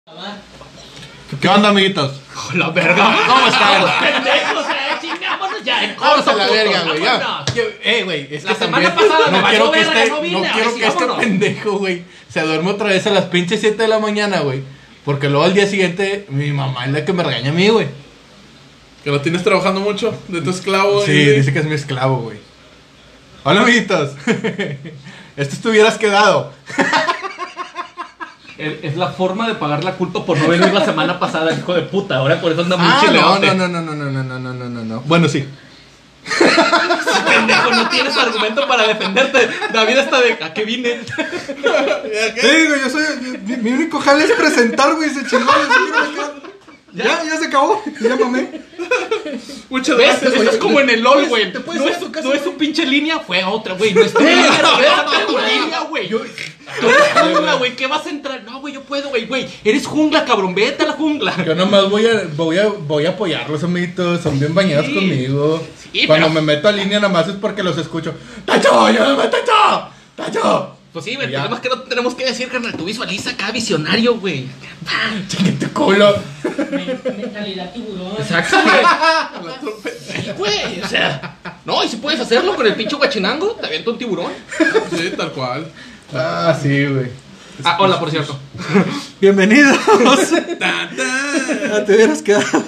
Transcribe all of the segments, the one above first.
¿Qué onda, amiguitos? La verga, ¿cómo están? Pendejos, chingámonos ya en corto, la verga, güey. vámonos. Güey, es La que semana también pasada me no valió quiero que verga, este, no vine, no quiero así, que este vámonos. pendejo, güey, se duerme otra vez a las pinches 7 de la mañana, güey. Porque luego al día siguiente mi mamá es la que me regaña a mí, güey. Que lo tienes trabajando mucho de tu esclavo. Sí, dice que es mi esclavo, güey. Hola, amiguitos. Esto te hubieras quedado. Es la forma de pagar la culpa por no venir la semana pasada, hijo de puta. Ahora por eso anda muy No. chileote. No. Bueno, sí. Pendejo, no tienes argumento para defenderte. David está de ¿a qué vine? Güey, yo soy. Mi único jale es presentar, güey, ese chingón. Ya se acabó. Ya mamé. Muchas ¿Ves? gracias. Esto es como en el LOL, güey. te puedes No ir es a tu casa, no es su pinche línea, fue otra, güey. No es tu línea, regrésate a tu línea, güey. Tú eres jungla, güey. ¿Qué vas a entrar? No, güey, yo puedo, güey. Eres jungla, cabrón. Vete a la jungla. Yo nomás voy a apoyarlos, amiguitos. Son bien bañados Sí. conmigo. Sí, Cuando pero- me meto a línea, nada más es porque los escucho. ¡Tacho! ¡Ayúdame, Tacho! ¡Tacho! Pues sí, güey. El Ya. problema es que no tenemos que decir, carnal. Tú visualiza acá, visionario, güey. ¡Chiquete culo! Mentalidad tiburón. Exacto, güey. Sí, güey. O sea, no, y si puedes hacerlo con el pinche guachinango, te avienta un tiburón. Sí, tal cual. Ah, sí, güey. Ah, hola, por cierto. Bienvenidos. Tan, tan. Ah, te hubieras quedado.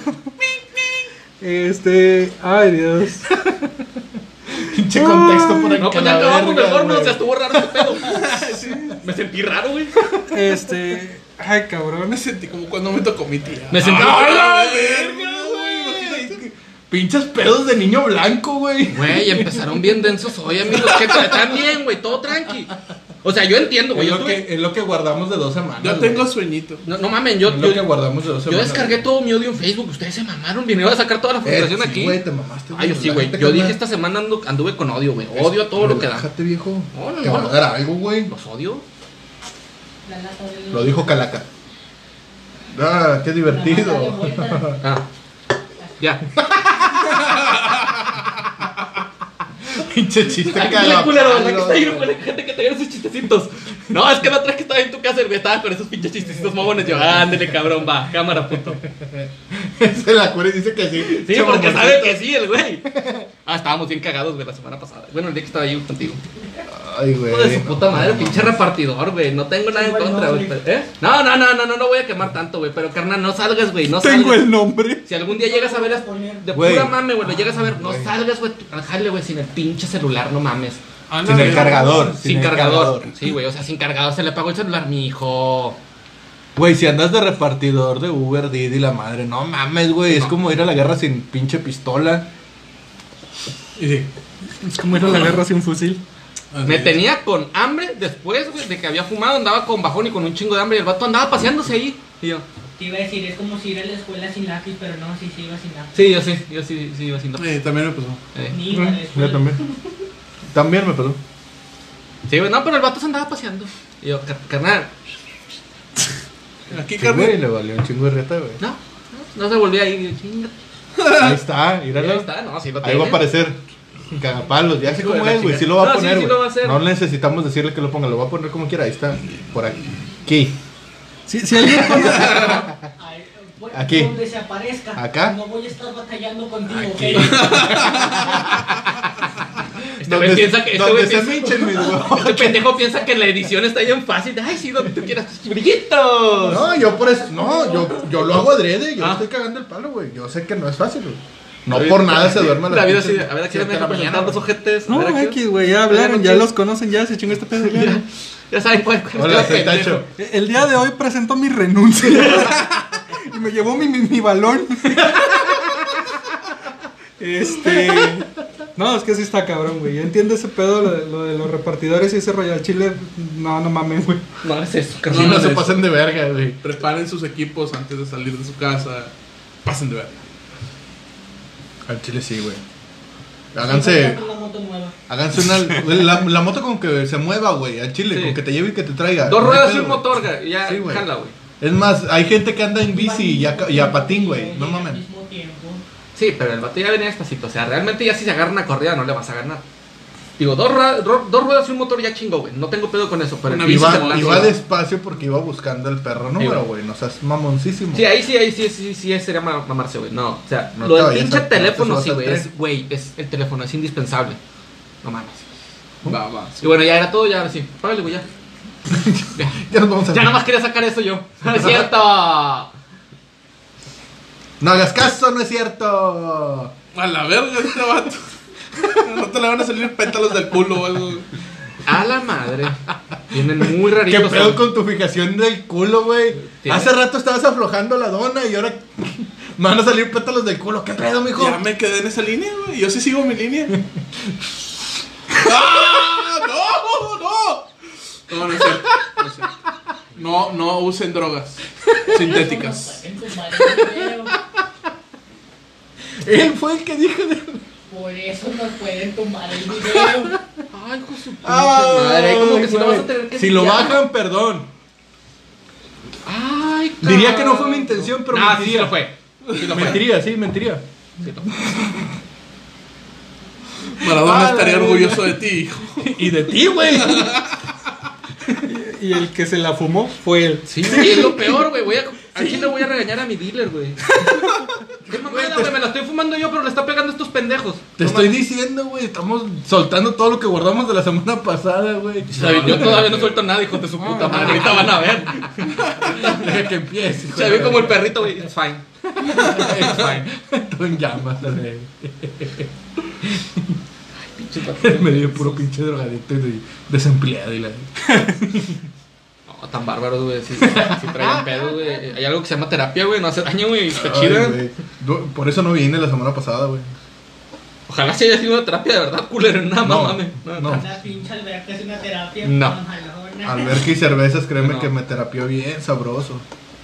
Ay, Dios. Pinche contexto por aquí. No, pues ya acabamos mejor, no, o sea, estuvo raro este pedo. Me sentí raro, güey. Ay, cabrón. Me sentí como cuando me tocó mi tía. Me sentí. ¡Ay, la ¡Ay, verga, güey! Pinches pedos de niño blanco, güey. güey, empezaron bien densos hoy, amigos. Que están bien, güey, todo tranqui. O sea, yo entiendo, güey. Es lo que guardamos de 2 semanas. Yo tengo sueñito. No mamen, yo Es lo que guardamos de 2 yo semanas. descargué todo mi odio en Facebook. Ustedes se mamaron, vinieron a sacar toda la frustración Sí, aquí. güey, te mamaste. Ay, yo sí, güey. Yo dije esta semana anduve con odio, güey. Odio a todo lo que da. Déjate, viejo. No, Te va a dar algo, güey. Los odio. La lata de Lo dijo Calaca. Ah, qué divertido. Ah. Ya. Pinche chiste Ay, qué culero, ¿verdad? Que está lleno con gente que te esos chistecitos. No, es que la otra vez que estaba en tu casa, güey, estaba con esos pinches chistecitos mamones. Yo, ándale, cabrón, va, cámara, puto. Se la cura y dice que sí. Sí, porque sabe que sí, el güey. Ah, estábamos bien cagados, güey, la semana pasada. Bueno, el día que estaba ahí contigo. Ay, güey. Hijo de su puta madre, pinche repartidor, güey. No tengo nada en contra, güey. No voy a quemar tanto, güey. Pero, carnal, no salgas, güey, no salgas. Tengo el nombre. Si algún día llegas a ver de Güey. pura mame, güey, lo llegas a ver, no Güey. salgas, güey, al jale, güey, sin el pinche celular, no mames. Sin el cargador. Sin cargador. Sí, güey, o sea, sin cargador se le apagó el celular, mi hijo. Güey, si andas de repartidor de Uber, Didi, la madre, no mames, güey. Es No. como ir a la guerra sin pinche pistola. Y sí. Es como ir a la guerra sin fusil. Así Me es. tenía con hambre después, güey, de que había fumado, andaba con bajón y con un chingo de hambre y el vato andaba paseándose ahí. Y yo, Te iba a decir, es como si ir a la escuela sin lápiz, pero no, sí iba sin lápiz. sí, yo sí iba haciendo. También me pasó. Ni iba a la Yo escuela. también. También me pasó. Sí, güey, no, pero el vato se andaba paseando. Y yo, carnal, Aquí, Sí, güey, carnal. le valió un chingo de reta, güey. no se volvía ahí. Y yo, chinga. Ahí está, míralo. Ahí está, no, sí lo Ahí tiene. va a aparecer. Cagapalos, ya sé Hijo de cómo la es, güey. chingada. Sí lo va a No, poner, sí güey. lo va a hacer. No necesitamos decirle que lo ponga, lo va a poner como quiera. Ahí está, por aquí. Si alguien conoce, Ay, Aquí. Donde se aparezca. Acá. No voy a estar batallando contigo, Aquí. ¿ok? Este güey piensa que este donde güey se piensa- minchen mis huevos. Este pendejo piensa que la edición está bien fácil. Ay, sí, donde tú quieras. ¡Brillitos! No, yo por eso, no, yo lo hago adrede, yo Ah. estoy cagando el palo, güey. Yo sé que no es fácil, güey. No por nada se duerme a las La vida pinches así, a ver, aquí 7 me de la dejan presentar mañana, los ojetes. no, a ver, aquí. X, güey, ya hablaron, ya los conocen, ya se chingó este pedo. Ya. Ya saben cuál es Hola, el soy pendejo. Tacho. El día de hoy presentó mi renuncia. Y me llevó mi balón. No, es que sí está cabrón, güey. Yo entiendo ese pedo, lo de los repartidores y ese rollo al chile. No mames, güey. No es eso, Sí, carnal. no se pasen de verga, güey. Preparen sus equipos antes de salir de su casa. Pasen de verga. Al chile sí, güey. Cómprate una moto nueva. Háganse la moto con que se mueva, güey, al chile, Sí. con que te lleve y que te traiga. Dos No hay ruedas y pedo, un güey. motor, güey. Ya, Sí, güey. jala, güey. Es más, hay gente que anda en bici y a patín, güey. No Al mames. mismo tiempo. Sí, pero el vato ya venía despacito. O sea, realmente ya si se agarra una corrida no le vas a ganar. Digo, dos ruedas y un motor ya chingo, güey. No tengo pedo con eso. Pero Una el pinche bici celular, Iba güey. despacio porque iba buscando el perro número, güey. No seas mamoncísimo. Sí, ahí sí sería mamarse, güey. No, o sea, No lo te del vayas pinche a- teléfono, no te sí, subas güey. al Güey, es el teléfono, es indispensable. No mames. Va. Y bueno, ya era todo, ya ahora sí. Págale, güey, ya. Ya nos vamos a... Ya nada más quería sacar eso yo. No es cierto. No hagas caso, no es cierto. A la verga este vato. No te le van a salir pétalos del culo o algo. A la madre. Vienen muy ¿Qué raritos. pedo con tu fijación del culo, güey? ¿Tienes? Hace rato estabas aflojando la dona y ahora me van a salir pétalos del culo. ¿Qué pedo, mijo? Ya me quedé en esa línea, güey. Yo sí sigo mi línea. ¡Ah! ¡No! No, no es cierto. No, es cierto. No usen drogas sintéticas. En tu madre el video. Él fue el que dijo de... Por eso nos pueden tomar el video. Ay, hijo de su pinche madre. Como que si lo vas a tener que Si lo enviar. bajan, perdón. Ay, Diría que no fue mi intención, pero Ah, sí, mentiría. lo fue. Sí lo fue. Mentiría, sí, mentiría. Sí lo fue. Maradona Ah, estaría la orgulloso de ti, hijo. Y de ti, güey. Y el que se la fumó fue él. Sí, es lo peor, güey. Aquí le voy a regañar a mi dealer, güey. Qué mamada, güey. Me la estoy fumando yo, pero le está pegando a estos pendejos. Te estoy diciendo, güey. Estamos soltando todo lo que guardamos de la semana pasada, güey. Yo todavía no suelto nada, hijo de su puta madre. Ahorita van a ver. Deja que empiece. Se ve como el perrito, güey. It's fine. It's fine. Todo en llamas, güey. Me dio puro pinche drogadicto y desempleado y la... No, tan bárbaros, güey. Sí traigan pedo, güey. Hay algo que se llama terapia, güey. No hace daño, güey. Está Ay, chida. güey. Por eso no vine la semana pasada, güey. Ojalá se haya sido una terapia de verdad, culero. Nada, No, mames. no. Una pinche alberca es una terapia. No. mamalona. Alberca y cervezas, créeme No. que me terapió bien sabroso.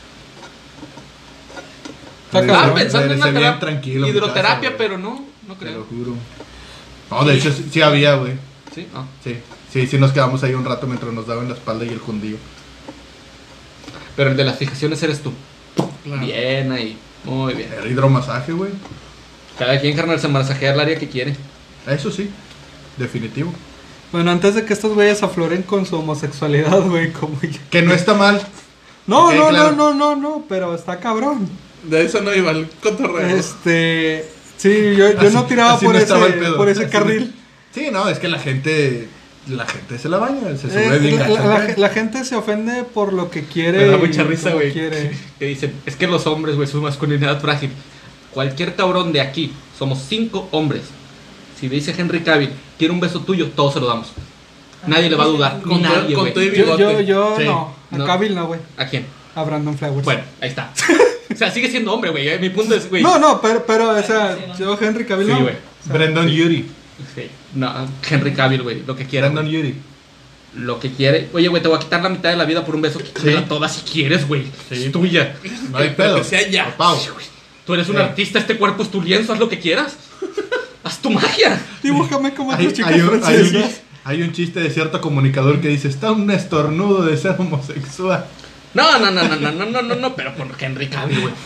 Está Estaba cabrón. pensando en una Regresé bien terapia. tranquilo a mi Hidroterapia, casa, güey. pero no Te lo creo. juro. No, de hecho sí había, güey. Sí, no. Sí nos quedamos ahí un rato mientras nos daban la espalda y el jundillo. Pero el de las fijaciones eres tú. Claro. Bien ahí. Muy bien. Era hidromasaje, güey. Cada quien, carnal, se masajea el área que quiere. Eso sí, definitivo. Bueno, antes de que estos güeyes afloren con su homosexualidad, güey, como yo. Que no está mal. No, Ok, no, claro. no, pero está cabrón. De eso no iba el cotorreo. Sí, yo no tiraba así por, no estaba el pedo. por ese Así carril. Sí, no, es que la gente se la baña, se sube bien gacho, güey. La gente se ofende por lo que quiere. Me da y mucha risa, como güey. quiere. Que dicen, es que los hombres, güey, su masculinidad frágil. Cualquier cabrón de aquí, somos 5 hombres. Si dice Henry Cavill, quiere un beso tuyo, todos se lo damos. Nadie le va a dudar. Con Nadie, todo güey. y bigote. Yo Sí. no. A No. Cavill no, güey. ¿A quién? A Brandon Flowers. Bueno, ahí está. O sea, sigue siendo hombre, güey. Mi punto es, güey. No, pero, o sea, yo Henry Cavill Sí, no. güey. O sea, Brendan Urie. Sí. No, Henry Cavill, güey. Lo que quiera. Brendan Urie. Lo que quiere. Oye, güey, te voy a quitar la mitad de la vida por un beso. Quítala toda si quieres, güey. Es tuya. No hay Lo pedo. que sea ya. Pau. Tú eres un artista, este cuerpo es tu lienzo, haz lo que quieras. Haz tu magia. Dibújame como tus chicas Hay un francesas. hay un chiste de cierto comunicador que dice, está un estornudo de ser homosexual. No, pero por Henry Cavill, güey.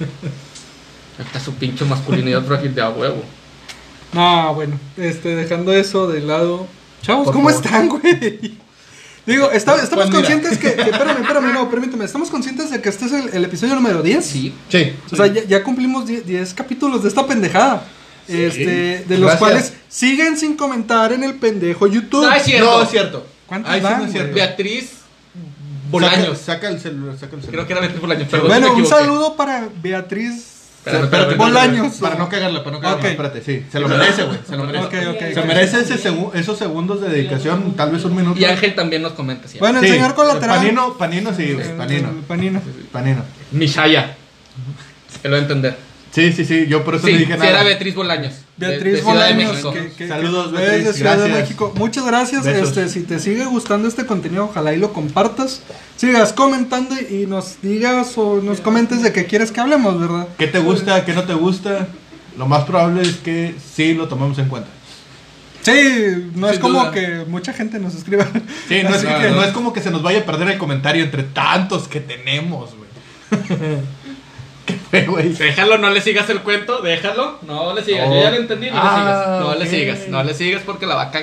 Ahí está su pinche masculinidad frágil de a huevo. No, bueno, dejando eso de lado. Chavos, Por ¿cómo favor. están, güey? Digo, estamos Pues mira. conscientes espérame, no, permíteme. Estamos conscientes de que este es el episodio número 10. Sí. Sí. O sea, ya cumplimos 10 capítulos de esta pendejada. De los Gracias. cuales siguen sin comentar en el pendejo YouTube. No, es cierto. No, es cierto. ¿Cuántos Ahí sí van, no es cierto. Beatriz Bolaños. Saca el celular, Creo que era Beatriz Bolaños. Perdón, Bueno, me un equivoqué. saludo para Beatriz. Espérate. Bolaños. Para no cagarla, Ok. espérate, sí. Se lo merece, güey. Se lo merece. Ok. Se merece esos segundos de dedicación, tal vez un minuto. Y Ángel también nos comenta. ¿sí? Bueno, el Sí, señor colateral. Panino sí, güey. Panino. Panino. Mishaya. Que lo va a entender. Sí, yo por eso Sí, no dije sí, nada. era Beatriz Bolaños. Beatriz de Ciudad de Bolaños, México. Saludos, es Beatriz, de Ciudad de gracias. México. Muchas gracias. Besos. Si te sigue gustando este contenido, ojalá y lo compartas. Sigas comentando y nos digas o nos comentes de qué quieres que hablemos, ¿verdad? ¿Qué te gusta, qué no te gusta? Lo más probable es que sí lo tomemos en cuenta. Sí, no es Sin como duda. que mucha gente nos escriba. Sí, no es, Así que- no es como que se nos vaya a perder el comentario entre tantos que tenemos, güey. ¿Qué fue, güey? Déjalo, no le sigas el cuento, déjalo. No le sigas, No. yo ya lo entendí, no Ah, le sigas. No le ok. sigas, no le sigas porque la va a cagar.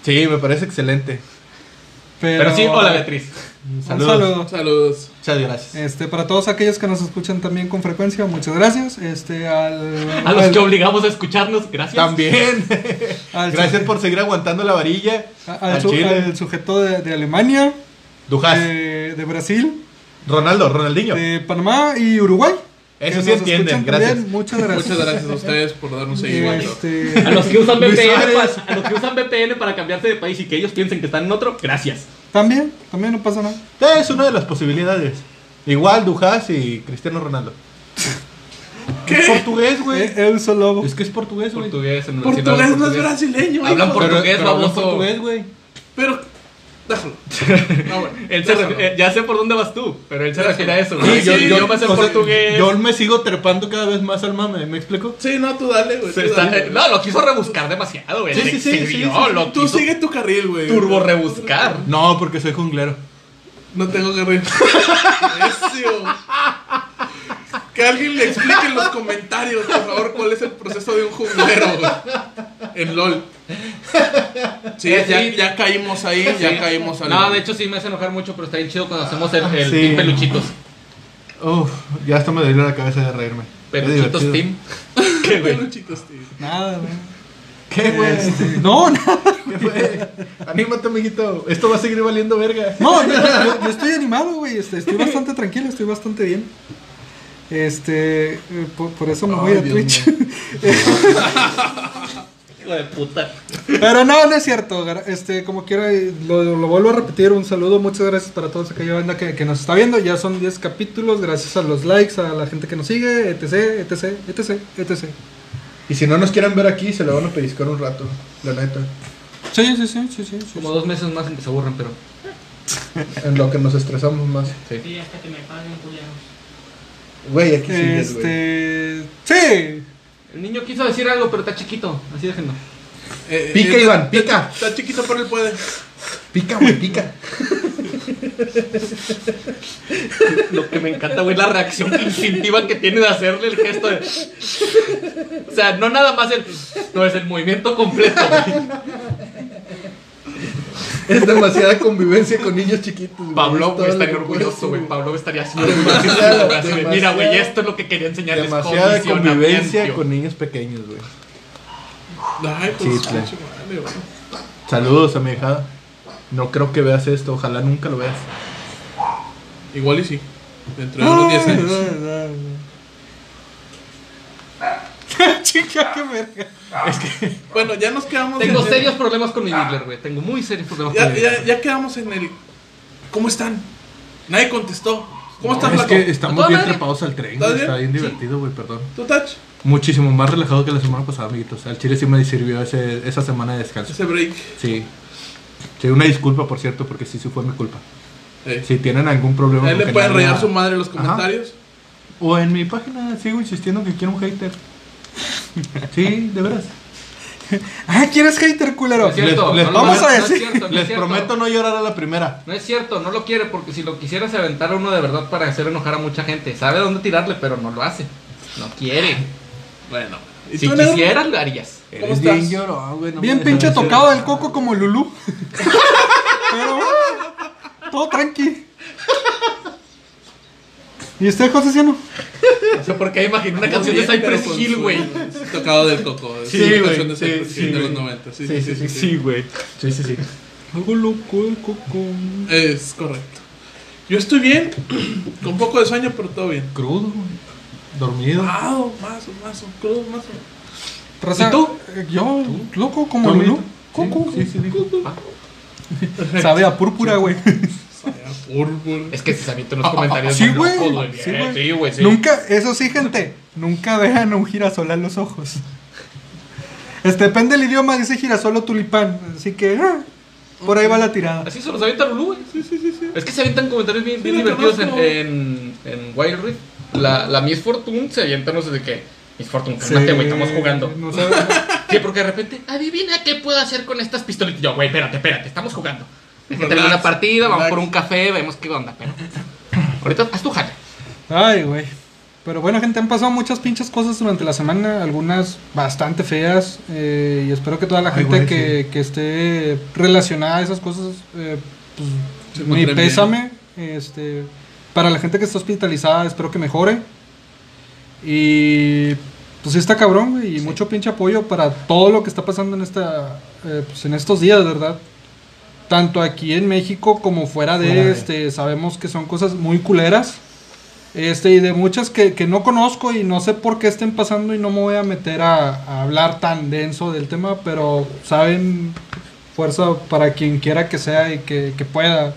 Sí, me parece excelente. Pero sí, hola Beatriz. Un Saludos. saludo. Saludos. Muchas gracias. Para todos aquellos que nos escuchan también con frecuencia, muchas gracias. A los que obligamos a escucharnos, gracias. También. al Gracias por seguir aguantando la varilla. Al Chile. al sujeto de Alemania, Dujas. de Brasil, Ronaldinho. de Panamá y Uruguay. Eso que sí nos entienden, escuchan gracias. también. Muchas gracias. Muchas gracias a ustedes por darnos seguimiento. A los que usan Luis VPN, Suárez. a los que usan VPN para cambiarse de país y que ellos piensen que están en otro, gracias. También no pasa nada. Es una de las posibilidades. Igual Dujas y Cristiano Ronaldo. ¿Qué? Es portugués, güey. El solo. Es que es portugués, güey. Portugués, en Portugués no es brasileño, Hablan hijo. portugués, Pero hablan baboso. portugués, güey. Pero, déjalo. No, bueno, Él se déjalo. ya sé por dónde vas tú, pero él se Déjalo. refiere a eso. Sí, güey. sí, yo me sé o sea, portugués. yo me sigo trepando cada vez más al mame, ¿me explico? Sí, no, tú dale, güey. Se tú está- dale. no, lo quiso rebuscar demasiado, güey. Sí, Se sí, sí, excedió, sí, sí. lo Tú quiso sigue tu carril, güey. turbo rebuscar. No, porque soy junglero. No tengo carril. Necio. Que alguien le explique en los comentarios, por favor, cuál es el proceso de un junglero, güey. En LOL. Sí, ya caímos ahí, ya caímos al. No, de hecho sí me hace enojar mucho, pero está bien chido cuando hacemos el Sí. Team Peluchitos. Uf, ya hasta me dolió la cabeza de reírme. Qué Peluchitos divertido. Team. ¿Qué, güey? Peluchitos, tío. Nada, güey. ¿Qué, güey? No, nada. ¿Qué fue? Anímate, amiguito. Esto va a seguir valiendo verga. No, yo estoy animado, güey. Estoy bastante tranquilo, estoy bastante bien. Por eso me voy Ay, a Dios Twitch. Hijo de puta. Pero no es cierto. Como quiera, lo vuelvo a repetir. Un saludo, muchas gracias para todos aquella banda que nos está viendo. Ya son 10 capítulos. Gracias a los likes, a la gente que nos sigue, etc, etc, etc, etc. Y si no nos quieren ver aquí, se lo van a pellizcar un rato, la neta. Sí. Como 2 meses más en que se aburren, pero. En lo que nos estresamos más. Sí. Sí, hasta que me paguen, culeros. Güey, aquí sigues, güey. Sí. El niño quiso decir algo, pero está chiquito. Así déjenlo. Pica, Iván, pica. Está chiquito, pero él puede. Pica, güey, pica. Lo que me encanta, güey, la reacción instintiva que tiene de hacerle el gesto de. O sea, no nada más no es el movimiento completo, güey. Es demasiada convivencia con niños chiquitos, güey. Pablo, Es todo güey, estaría lo que orgulloso, puedo. güey. Pablo estaría así Demasiada, orgulloso, güey, así de, mira, demasiada- güey, esto es lo que quería enseñarles. Demasiada convivencia condicionamiento. con niños pequeños, güey. Ay, pues, Sí, pinche claro. madre, güey. Saludos a mi hija. No creo que veas esto, ojalá nunca lo veas. Igual y sí. Dentro de unos 10 años. Chica, qué verga. Bueno, ya nos quedamos. Tengo en- serios problemas con mi Bibler, güey. Tengo muy serios problemas con mi Bibler. Ya quedamos en el. ¿Cómo están? Nadie contestó. ¿Cómo estás, Es Flaco? que estamos ¿A toda bien madre? trepados al tren, ¿Estás güey. Está bien? bien divertido, güey, perdón. ¿Tú, Tach? Muchísimo más relajado que la semana pasada, amiguitos. Al chile sí me sirvió esa semana de descanso. Ese break. Sí. Sí, una disculpa, por cierto, porque sí fue mi culpa. Si tienen algún problema Ahí con le que pueden nadie- rayar su madre en los Ajá. comentarios. O en mi página sigo insistiendo que quiero un hater. Sí, de veras. ¿Quieres hater, culero? No es cierto, les no lo- vamos a no es decir- cierto, no es Les cierto. prometo no llorar a la primera. No es cierto, no lo quiere porque si lo quisiera se aventara uno de verdad para hacer enojar a mucha gente. Sabe dónde tirarle, pero no lo hace. No quiere. Bueno. ¿Y Si tú, Negro? quisieras, lo harías. ¿Cómo Eres estás? bien llorón, güey, no Bien me pinche dejas tocado decir- del coco como Lulú. Pero todo tranqui. ¿Y usted, José Ciano? O sea, porque imagino una canción de Muy bien, Cypress pero con Hill, su- güey. Tocado del coco. Sí, Es una güey, canción de sí, Cypress sí, Hill de güey. los 90. Sí. güey. Sí, sí, sí. Algo loco el coco. Es correcto. Yo estoy bien, con un poco de sueño, pero todo bien. Crudo, güey. Dormido. Mazo, crudo, mazo. Raza, ¿Y tú? Yo, loco como Dormido. Lulú. Coco. Sí, sí, dijo. Sabe a púrpura, güey. Es que si se avienta unos comentarios. Sí, bien güey. locos, güey. Sí, güey. Sí, güey, sí. Nunca, eso sí, gente. Nunca vean un girasol a los ojos. Depende del idioma, dice girasol o tulipán. Así que, por ahí va la tirada. Así se los avienta Lulú, güey. Sí. Es que se avientan comentarios bien lo divertidos conozco. en Wild Rift. La Miss Fortune se avienta no sé de qué. Miss Fortune, cálmate, güey, estamos jugando. No sabe- Sí, porque de repente, adivina qué puedo hacer con estas pistolitas. Yo, güey, espérate, estamos jugando. Es que Relax, termina una partida, vamos relax. por un café, vemos qué onda, pero. Ahorita haz tu jale. Ay, güey. Pero bueno, gente, han pasado muchas pinches cosas durante la semana, algunas bastante feas, y espero que toda la gente güey, que esté relacionada a esas cosas, pues, Se mi encuentren pésame, para la gente que está hospitalizada, espero que mejore, y pues sí está cabrón, güey, y mucho pinche apoyo para todo lo que está pasando pues, en estos días, ¿verdad? Tanto aquí en México como fuera de. Sabemos que son cosas muy culeras. Y de muchas que no conozco y no sé por qué estén pasando y no me voy a meter a hablar tan denso del tema, pero saben, fuerza para quien quiera que sea y que pueda.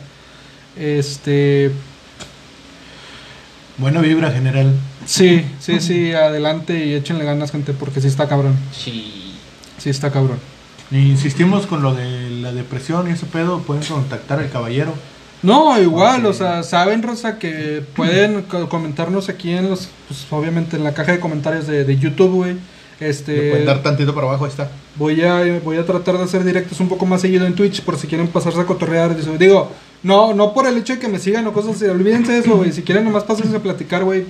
Buena vibra general. Sí, adelante y échenle ganas, gente, porque sí está cabrón. Sí. Sí está cabrón. Y insistimos con lo de la depresión y ese pedo, pueden contactar al caballero. No, igual, Ok. o sea, saben, Rosa, que pueden comentarnos aquí pues obviamente en la caja de comentarios de YouTube, güey. Le pueden dar tantito para abajo, ahí está. Voy a tratar de hacer directos un poco más seguido en Twitch por si quieren pasarse a cotorrear. Digo, no por el hecho de que me sigan o cosas así, olvídense de eso, güey. Si quieren nomás pásense a platicar, güey.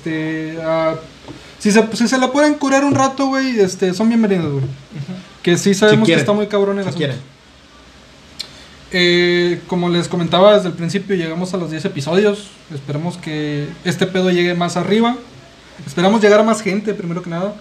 Si se la pueden curar un rato, güey, son bienvenidos, güey. Que sí sabemos que quieren. está muy cabrón el Si asunto. quieren. Como les comentaba desde el principio, llegamos a los 10 episodios. Esperemos que este pedo llegue más arriba. Esperamos llegar a más gente, primero que nada.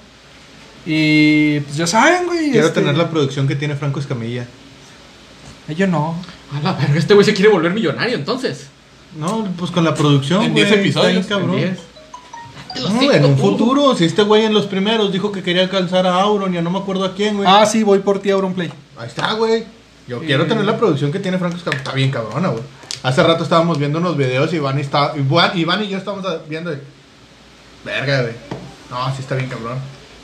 Y pues ya saben, güey. Quiero tener la producción que tiene Franco Escamilla. Yo no. A la verga, este güey se quiere volver millonario entonces. No, pues con la producción, En güey, 10 episodios, está bien, cabrón. En 10. No, en un futuro, si este güey en los primeros dijo que quería alcanzar a Auron, ya no me acuerdo a quién, güey. Ah, sí, voy por ti, Auronplay. Ahí está, güey. Yo quiero tener la producción que tiene Franco Escamilla. Está bien cabrona, güey. Hace rato estábamos viendo unos videos y Iván y yo estábamos viendo. Verga, güey. No, sí está bien cabrón.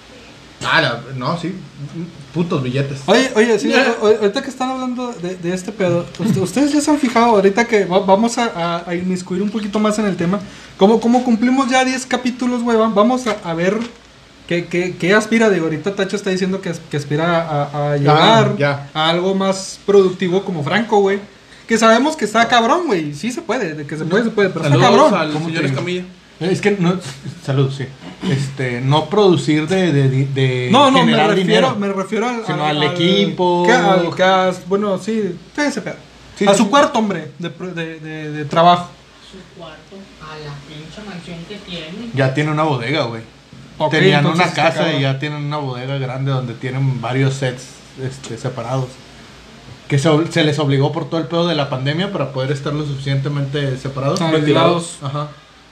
No, sí. Putos billetes. Oye, sí, ahorita que están hablando de este pedo, ustedes ya se han fijado, ahorita que vamos a inmiscuir un poquito más en el tema, como cumplimos ya 10 capítulos, güey, vamos a ver qué aspira, digo, ahorita Tacho está diciendo que aspira a llegar ya. a algo más productivo como Franco, güey, que sabemos que está cabrón, güey, sí se puede, de que se puede, pero está Saludos cabrón. al ¿Cómo señor te- Escamilla. Es que no. Salud, sí. No producir de No, generar dinero. me refiero Sino al equipo. Bueno, sí, ese pedo. Sí, a sí, su sí. cuarto, hombre, de trabajo. Su cuarto, a la pinche mansión que tiene. Ya tiene una bodega, güey. Ok, Tenían entonces una está casa cabrón. y ya tienen una bodega grande donde tienen varios sets separados. Que se les obligó por todo el pedo de la pandemia para poder estar lo suficientemente separados. Ah, Retirados. Ajá.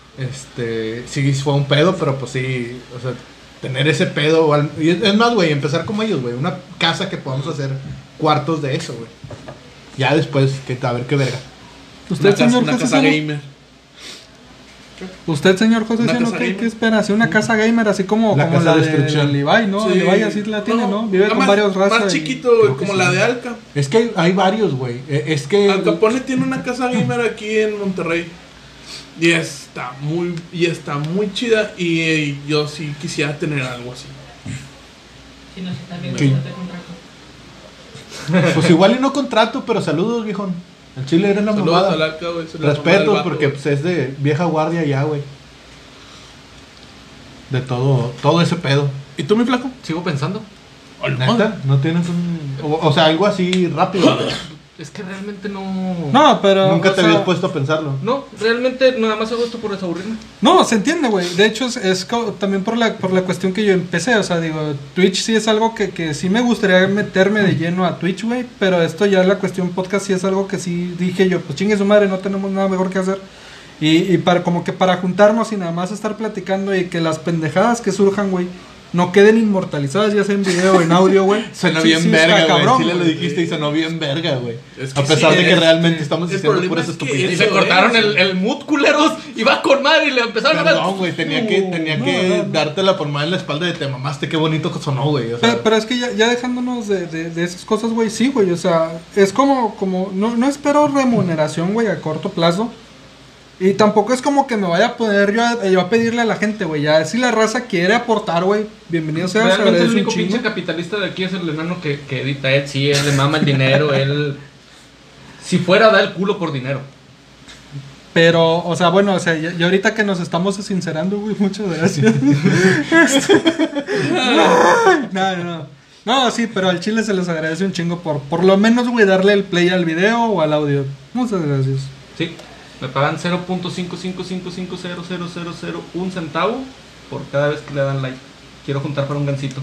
Sí fue un pedo, pero pues sí, o sea, tener ese pedo. Y es más, güey, empezar como ellos, güey. Una casa que podamos hacer cuartos de eso, güey. Ya después, a ver qué verga. ¿Usted, señor Una José casa Seno? gamer. ¿Usted, señor José Una Seno, casa qué gamer. espera? ¿Hace una casa gamer así como La casa la de de destrucción. Levi, no? Sí. Levi así la tiene, ¿no? Vive nada con más- varios razas. Más y- chiquito, güey, creo que como sí. la de Alca. Es que hay varios, güey. Es que. Al Capone tiene una casa gamer aquí en Monterrey. Y está muy chida. Y yo sí quisiera tener algo así. Si nos estás viendo, Sí. no te contrato. Pues igual y no contrato, pero saludos, viejón. El chile era la Saludos mamada. al Alca, güey. se le mama el Respetos, vato, porque güey. pues, es de vieja guardia ya, güey. De todo ese pedo. ¿Y tú, mi flaco? Sigo pensando. ¿Neta? ¿No tienes un...? O sea, algo así rápido, güey. Es que realmente no. No, pero. Nunca o te sea, habías puesto a pensarlo. No, realmente nada más hago esto por desaburrirme. No, se entiende, güey. De hecho, también por la cuestión que yo empecé. O sea, digo, Twitch sí es algo que sí me gustaría meterme de lleno a Twitch, güey. Pero esto ya la cuestión podcast sí es algo que sí dije yo, pues chingue su madre, no tenemos nada mejor que hacer. Y para para juntarnos y nada más estar platicando y que las pendejadas que surjan, güey, no queden inmortalizadas, ya sea en video o en audio, güey. Suena Sí, bien sí, está verga, güey. cabrón, Sí le lo güey. dijiste y sonó bien verga, güey. Es que A pesar sí, de que realmente estamos el diciendo problema puras es que estupideces. Y eso le cortaron es. el mood, culeros. Iba con madre y le empezaron a ver. Perdón, güey, tenía que dártela por mal en la espalda de te mamaste, qué bonito sonó, güey. O sea, Pero es que ya dejándonos de esas cosas, güey, sí, güey, o sea, es como no espero remuneración, güey, a corto plazo. Y tampoco es como que me vaya a poder yo a pedirle a la gente, güey, ya si la raza quiere aportar, güey, bienvenido sea, se Realmente el agradece un único chingo. pinche capitalista de aquí es el enano que edita Ed. Sí, él le mama el dinero. Él, si fuera, da el culo por dinero. Pero, o sea, bueno, o sea, y ahorita que nos estamos sincerando, güey, muchas gracias. No. No, sí, pero al chile se les agradece un chingo por lo menos, güey, darle el play al video o al audio. Muchas gracias. Sí, me pagan 0.555000001 centavo por cada vez que le dan like. Quiero juntar para un gancito.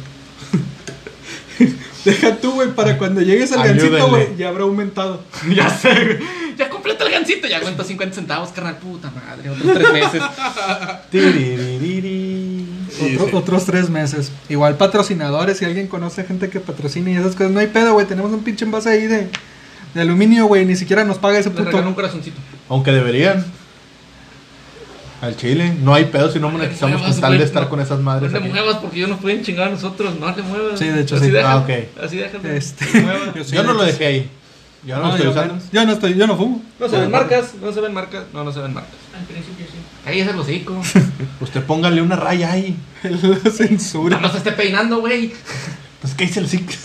Deja tú, güey, para cuando llegues al Ayúdenle. gancito, güey, ya habrá aumentado. Ya sé, güey. Ya completa el gancito, ya cuento 50 centavos, carnal. Puta madre, otros 3 meses. Tiriririri. Sí, sí. Otros 3 meses. Igual patrocinadores, si alguien conoce gente que patrocina y esas cosas, no hay pedo, güey. Tenemos un pinche envase ahí de aluminio, güey. Ni siquiera nos paga ese Les regalo un puto. corazoncito. Aunque deberían. Al chile. No hay pedo si no monetizamos con tal de estar con esas No madres le aquí. muevas porque ellos nos pueden chingar a nosotros. No le muevas. Sí, de hecho, así sí. Deja, Ah, ok. Así déjalo. Este, Mueva. yo sí, Yo no de lo hecho, dejé ahí. Yo no lo No, estoy yo usando. menos. Yo no fumo. No se ven marcas, no se ven marcas. No se ven marcas. Al principio sí. Ahí es el hocico. Usted póngale una raya ahí. La censura. No se esté peinando, güey. Pues ¿qué dice el SIC?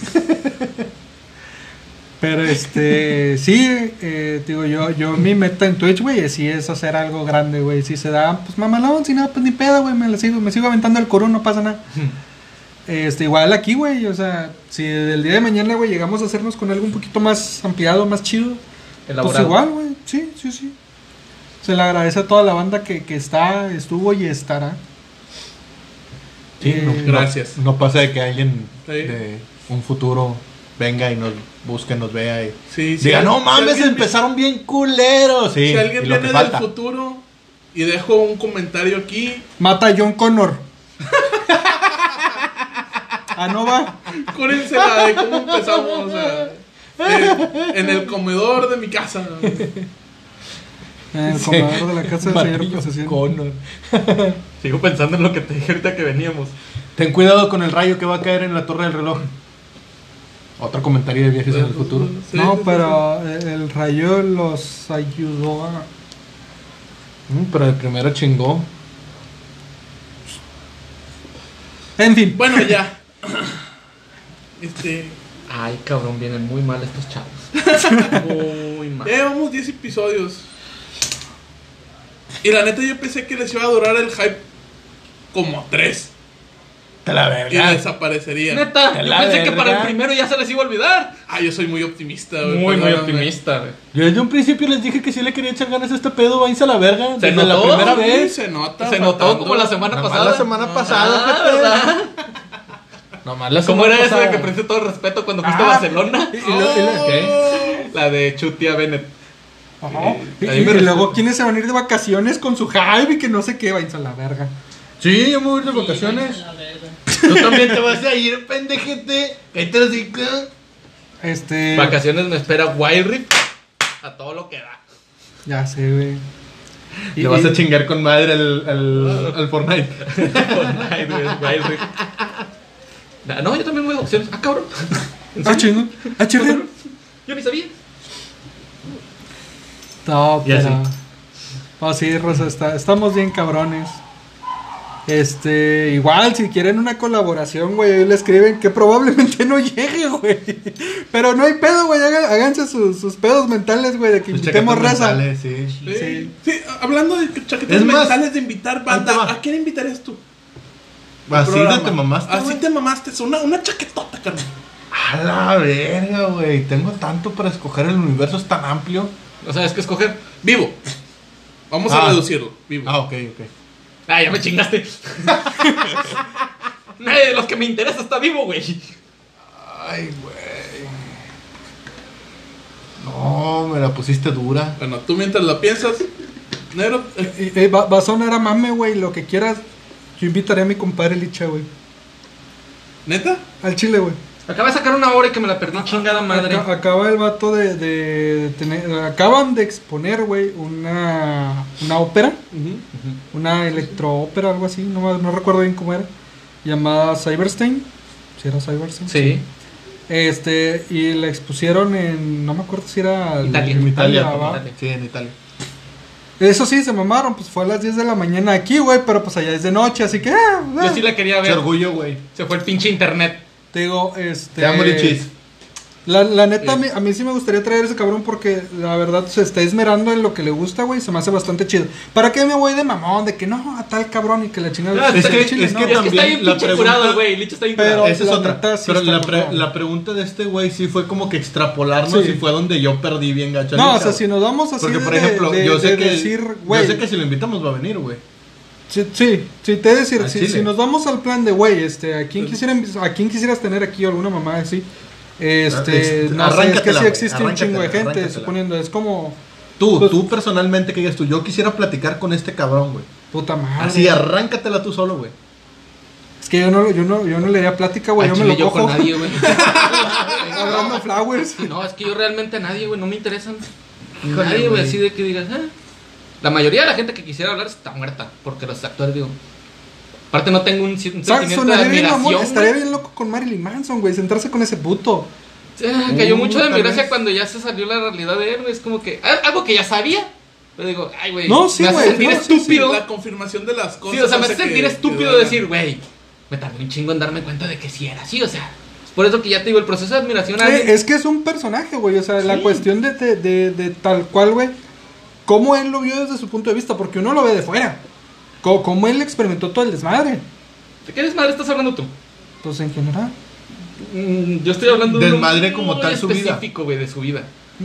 Pero sí, digo yo mi meta en Twitch, güey, sí es hacer algo grande, güey. Si se da, pues mamalón, si no, pues ni pedo, güey, me sigo aventando el coro, no pasa nada. Igual aquí, güey, o sea, si el día de mañana, güey, llegamos a hacernos con algo un poquito más ampliado, más chido, Elaborado. pues igual, güey, sí. Se le agradece a toda la banda que estuvo y estará. Sí, Gracias. No pasa de que alguien Sí. de un futuro venga y nos busque, nos vea y Sí, sí, diga, no si mames, alguien- empezaron bien culeros. Sí, Si alguien y lo que viene del falta. futuro y dejo un comentario aquí, Mata a John Connor. No va. cúrensela de cómo empezamos, o sea, en el comedor de mi casa. El comedor de la casa del señor Marillo Posesión. Connor. Sigo pensando en lo que te dije ahorita que veníamos. Ten cuidado con el rayo que va a caer en la torre del reloj. Otro comentario de viajes en el futuro. Sí, No, sí, pero el rayo los ayudó a... Pero el primero chingó. En fin. Bueno, ya. Ay, cabrón, vienen muy mal estos chavos. Muy mal. Ya llevamos 10 episodios. Y la neta yo pensé que les iba a durar el hype como 3. Te la Y verga. desaparecerían. Neta, Te yo la pensé que verga. para el primero ya se les iba a olvidar. Ah, yo soy muy optimista, güey. Muy perdóname. optimista, güey. Yo desde un principio les dije que si le quería echar ganas a este pedo, váyanse a la verga. ¿Se Desde la notó? primera Sí, vez. se nota. Se notó faltando. como la semana Nomás pasada. la semana pasada, Ah, gente. ¿verdad? Nomás la ¿Cómo semana era esa de pasada. que prendiste todo respeto cuando fuiste a Barcelona? ¿Qué? La de Chutia Bennett. Ajá. Y ahí me luego, ¿quiénes se van a ir de vacaciones con su hype y que no sé qué? Váyanse a la verga. Sí, yo me voy de vacaciones. Sí, a la verga. Tú también te vas a ir, pendejete. Cállate los hocico. Vacaciones me espera Wild Rift a todo lo que da. Ya sé, güey. Y- Le vas a y- chingar con madre al Fortnite. Fortnite, güey, Wild Rift. No, yo también voy de opciones. Ah, cabrón. chingo. Chirrión. Yo ni sabía. No, Ya pero... Oh, sí, Rosa, estamos bien cabrones. Igual, si quieren una colaboración, güey, ahí le escriben que probablemente no llegue, güey. Pero no hay pedo, güey, háganse sus pedos mentales, güey, de que invitemos raza. Sí. Sí. Sí, hablando de chaquetas Es más, mentales de invitar banda, ahí te va. ¿a quién invitarías tú? Así de Programa. te mamaste. Así güey. te mamaste, es una chaquetota, carnal. A la verga, güey. Tengo tanto para escoger, el universo es tan amplio. O sea, es que escoger. Vivo. Vamos Ah. a reducirlo. Vivo. Ah, ok. Ah, ya me chingaste. Nadie de los que me interesa está vivo, güey. Ay, güey. No, me la pusiste dura. Bueno, tú mientras la piensas, negro. Va a sonar a mame, güey, lo que quieras. Yo invitaré a mi compadre Licha, güey. ¿Neta? Al chile, güey. Acaba de sacar una hora y que me la perdí, chingada madre. Acaba el vato de tener... Acaban de exponer, güey, una ópera. Una electroópera, algo así. No recuerdo bien cómo era. Llamada Cyberstein. ¿Si era Cyberstein? Sí. Y la expusieron en... No me acuerdo si era... Italia. En Italia. ¿va? Italia. Sí, en Italia. Eso sí, se mamaron. Pues fue a las 10 de la mañana aquí, güey. Pero pues allá es de noche, así que... Yo sí la quería Qué ver. orgullo, güey. Se fue el pinche internet. Te digo, Te amo, Lichis. La neta, a mí sí me gustaría traer ese cabrón porque la verdad se está esmerando en lo que le gusta, güey. Se me hace bastante chido. ¿Para qué me voy de mamón? De que no, a tal cabrón y que la chingada. Es que Chile, no. Es que está bien la pinche pregunta- curado, güey. Licho está bien Pero- curado. Esa es la otra. neta sí Pero está cabrón. la pregunta de este güey sí fue como que extrapolarnos Sí. y fue donde yo perdí bien gacho. No, o Cabrón. sea, si nos vamos así Porque, de, por ejemplo, de- yo sé de que decir, güey. yo sé que si lo invitamos va a venir, güey. Sí, te he de decir, Al si chile. nos vamos al plan de, güey, ¿a quién quisieras tener aquí alguna mamá así? No sé, es que Arráncatela, sí güey, existe un chingo de gente, arráncatela. suponiendo, es como, Tú personalmente, que digas tú, yo quisiera platicar con este cabrón, güey. puta madre. Así, arráncatela tú solo, güey. Es que yo no le daría plática, güey, Al yo me chile lo con cojo. nadie, güey. Agarrando flowers. No, es que yo realmente a nadie, güey, no me interesan. Híjole, Nadie, güey, güey. así de que digas, La mayoría de la gente que quisiera hablar está muerta, porque los actores, digo. Aparte no tengo un sentimiento de Sonaría bien, mamón, admiración, estaría güey. bien loco con Marilyn Manson, güey, sentarse con ese puto. Cayó mucho de mi tal gracia vez. cuando ya se salió la realidad de él, güey. Es como que, algo que ya sabía. Pero digo, ay, güey, No, sí, me hace güey, sentir no, sí, estúpido. La confirmación de las cosas. Sí, o sea, me hace hace sentir que estúpido duela. decir, güey, me tardé un chingo en darme cuenta de que sí era así, o sea. Es por eso que ya te digo, el proceso de admiración a alguien. Es que es un personaje, güey, o sea, la cuestión de tal cual, güey, cómo él lo vio desde su punto de vista, porque uno lo ve de fuera. Cómo él experimentó todo el desmadre. ¿De qué desmadre estás hablando tú? Pues en general. Yo estoy hablando de Del uno madre como muy tal, su vida. específico, güey, de su vida.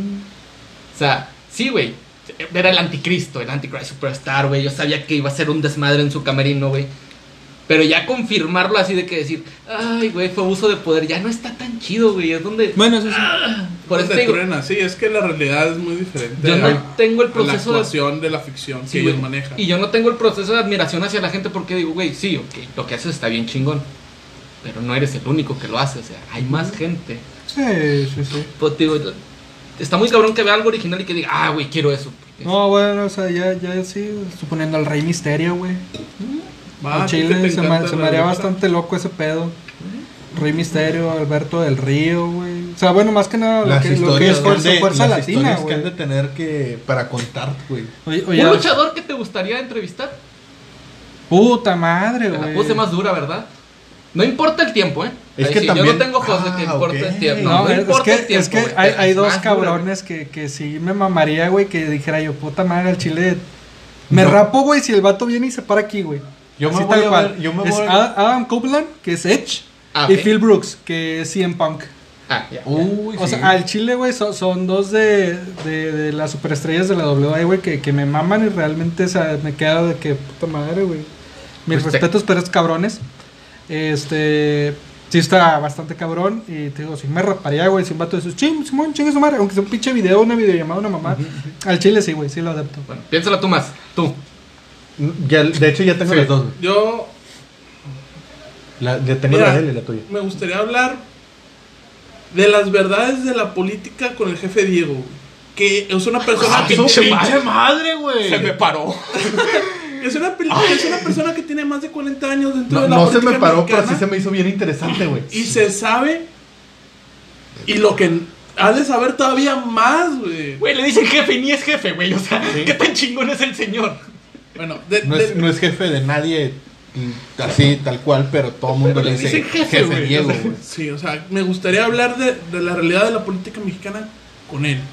O sea, sí, güey. Era el anticristo, el Antichrist Superstar, güey. Yo sabía que iba a ser un desmadre en su camerino, güey. Pero ya confirmarlo así de que decir, ay, güey, fue abuso de poder, ya no está tan chido, güey. Es donde. Bueno, eso sí. Por eso Donde te digo, truena, sí, es que la realidad es muy diferente. yo a- no tengo el a la proceso de. actuación de la ficción Sí, que ellos güey. manejan. Y yo no tengo el proceso de admiración hacia la gente porque digo, güey, sí, ok, lo que haces está bien chingón. Pero no eres el único que lo hace, o sea, hay más gente. Sí. Pues, digo, está muy cabrón que vea algo original y que diga, ah, güey, quiero eso. No, bueno, o sea, ya sí, suponiendo al Rey Misterio, güey. Va, Al a ti que Chile te se me encanta la haría letra. bastante loco ese pedo. Rey Misterio, Alberto del Río, güey. O sea, bueno, más que nada lo Las que es historias, fuerza las latina, historias que güey. han de tener que para contar, güey. Oye, ¿Un luchador que te gustaría entrevistar? puta madre, Te la güey. puse más dura, ¿verdad? No importa el tiempo, ¿eh? Es Ahí que sí, también- yo no tengo ojos de que Ah, importa ok. el tiempo. No, No, es importa el que tiempo. güey, hay pero es dos más dura, güey. cabrones que sí me mamaría, güey, que dijera yo, puta madre, al chile. Me Yo- rapo, güey, si el vato viene y se para aquí, güey. Yo me Así voy tal a cual. ver- yo me Es voy a- Adam Copeland, que es Edge, Ah, y ok. Phil Brooks, que es CM Punk. Ah, ya. Uy, O sí. sea, al chile, güey, son dos de las superestrellas de la WWE, güey, que me maman y realmente, o sea, me queda de que puta madre, güey. Mis Pues respetos, pero es cabrones. Sí está bastante cabrón. Y te digo, si me raparía, güey, si un vato de esos, Simón, chingue su madre. Aunque sea un pinche video, una videollamada, una mamá. Al chile sí, güey, sí lo adapto. Bueno, piénsala tú más. Tú. Ya, de hecho, ya tengo Sí. las dos, güey. Yo Ya tengo Mira, la de él y la tuya. me gustaría hablar de las verdades de la política con el jefe Diego, güey. Que es una persona que ¡Su pinche madre, güey! Se me paró. es una persona que tiene más de 40 años dentro No, de la no se política me paró, pero mexicana, sí se me hizo bien interesante, güey. y se sabe, y lo que ha de saber todavía más, güey. Güey, le dicen jefe y ni es jefe, güey. O sea, ¿qué tan chingón es el señor? Bueno, No es jefe de nadie así, tal cual, pero todo el mundo Pero le le dice dicen jefe, jefe güey. Diego, güey. sí, o sea, me gustaría hablar de la realidad de la política mexicana con él.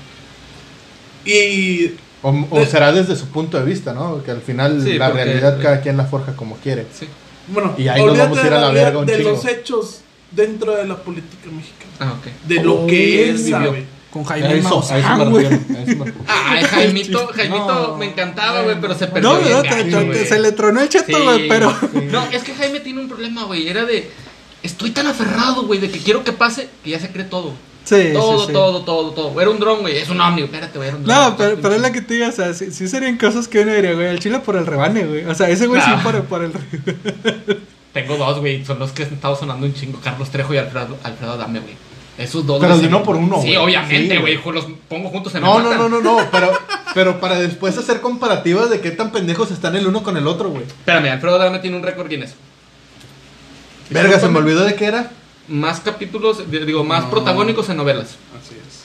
Y O será desde su punto de vista, ¿no? Que al final Sí, la porque- realidad cada quien la forja como quiere. Sí. bueno, Y ahí nos olvídate vamos a ir a la de verga un de chingo. los hechos dentro de la política mexicana, Ah, ok. de lo que él vivió. sabe. Con A Jaime eso Maussan, me güey. refiero. a eso me refiero. Ay, Jaimito No. me encantaba, güey, pero se perdió. No, bien no, gacho, güey. se le tronó el cheto, Sí. güey, pero. No, es que Jaime tiene un problema, güey. Era de. Estoy tan aferrado, güey, de que quiero que pase que ya se cree todo. Sí, Todo, sí. todo. Era un dron, güey. Es un ovni, espérate, güey. Era un dron. No, pero es la que te digo, o sea, sí serían cosas que uno diría, güey, al chile por el rebane, güey. O sea, ese güey sí Nah. por el Tengo dos, güey. Son los que han estado sonando un chingo. Carlos Trejo y Alfredo Adame, güey. Esos dos. Pero güey, de se- uno por uno, Sí, güey. obviamente, Sí, güey. Los pongo juntos en No, el no, pero para después hacer comparativas de qué tan pendejos están el uno con el otro, güey. Espérame, Alfredo Adame tiene un récord Guinness. Verga, se me olvidó de qué era. Más capítulos, más No. protagónicos en novelas. Así es.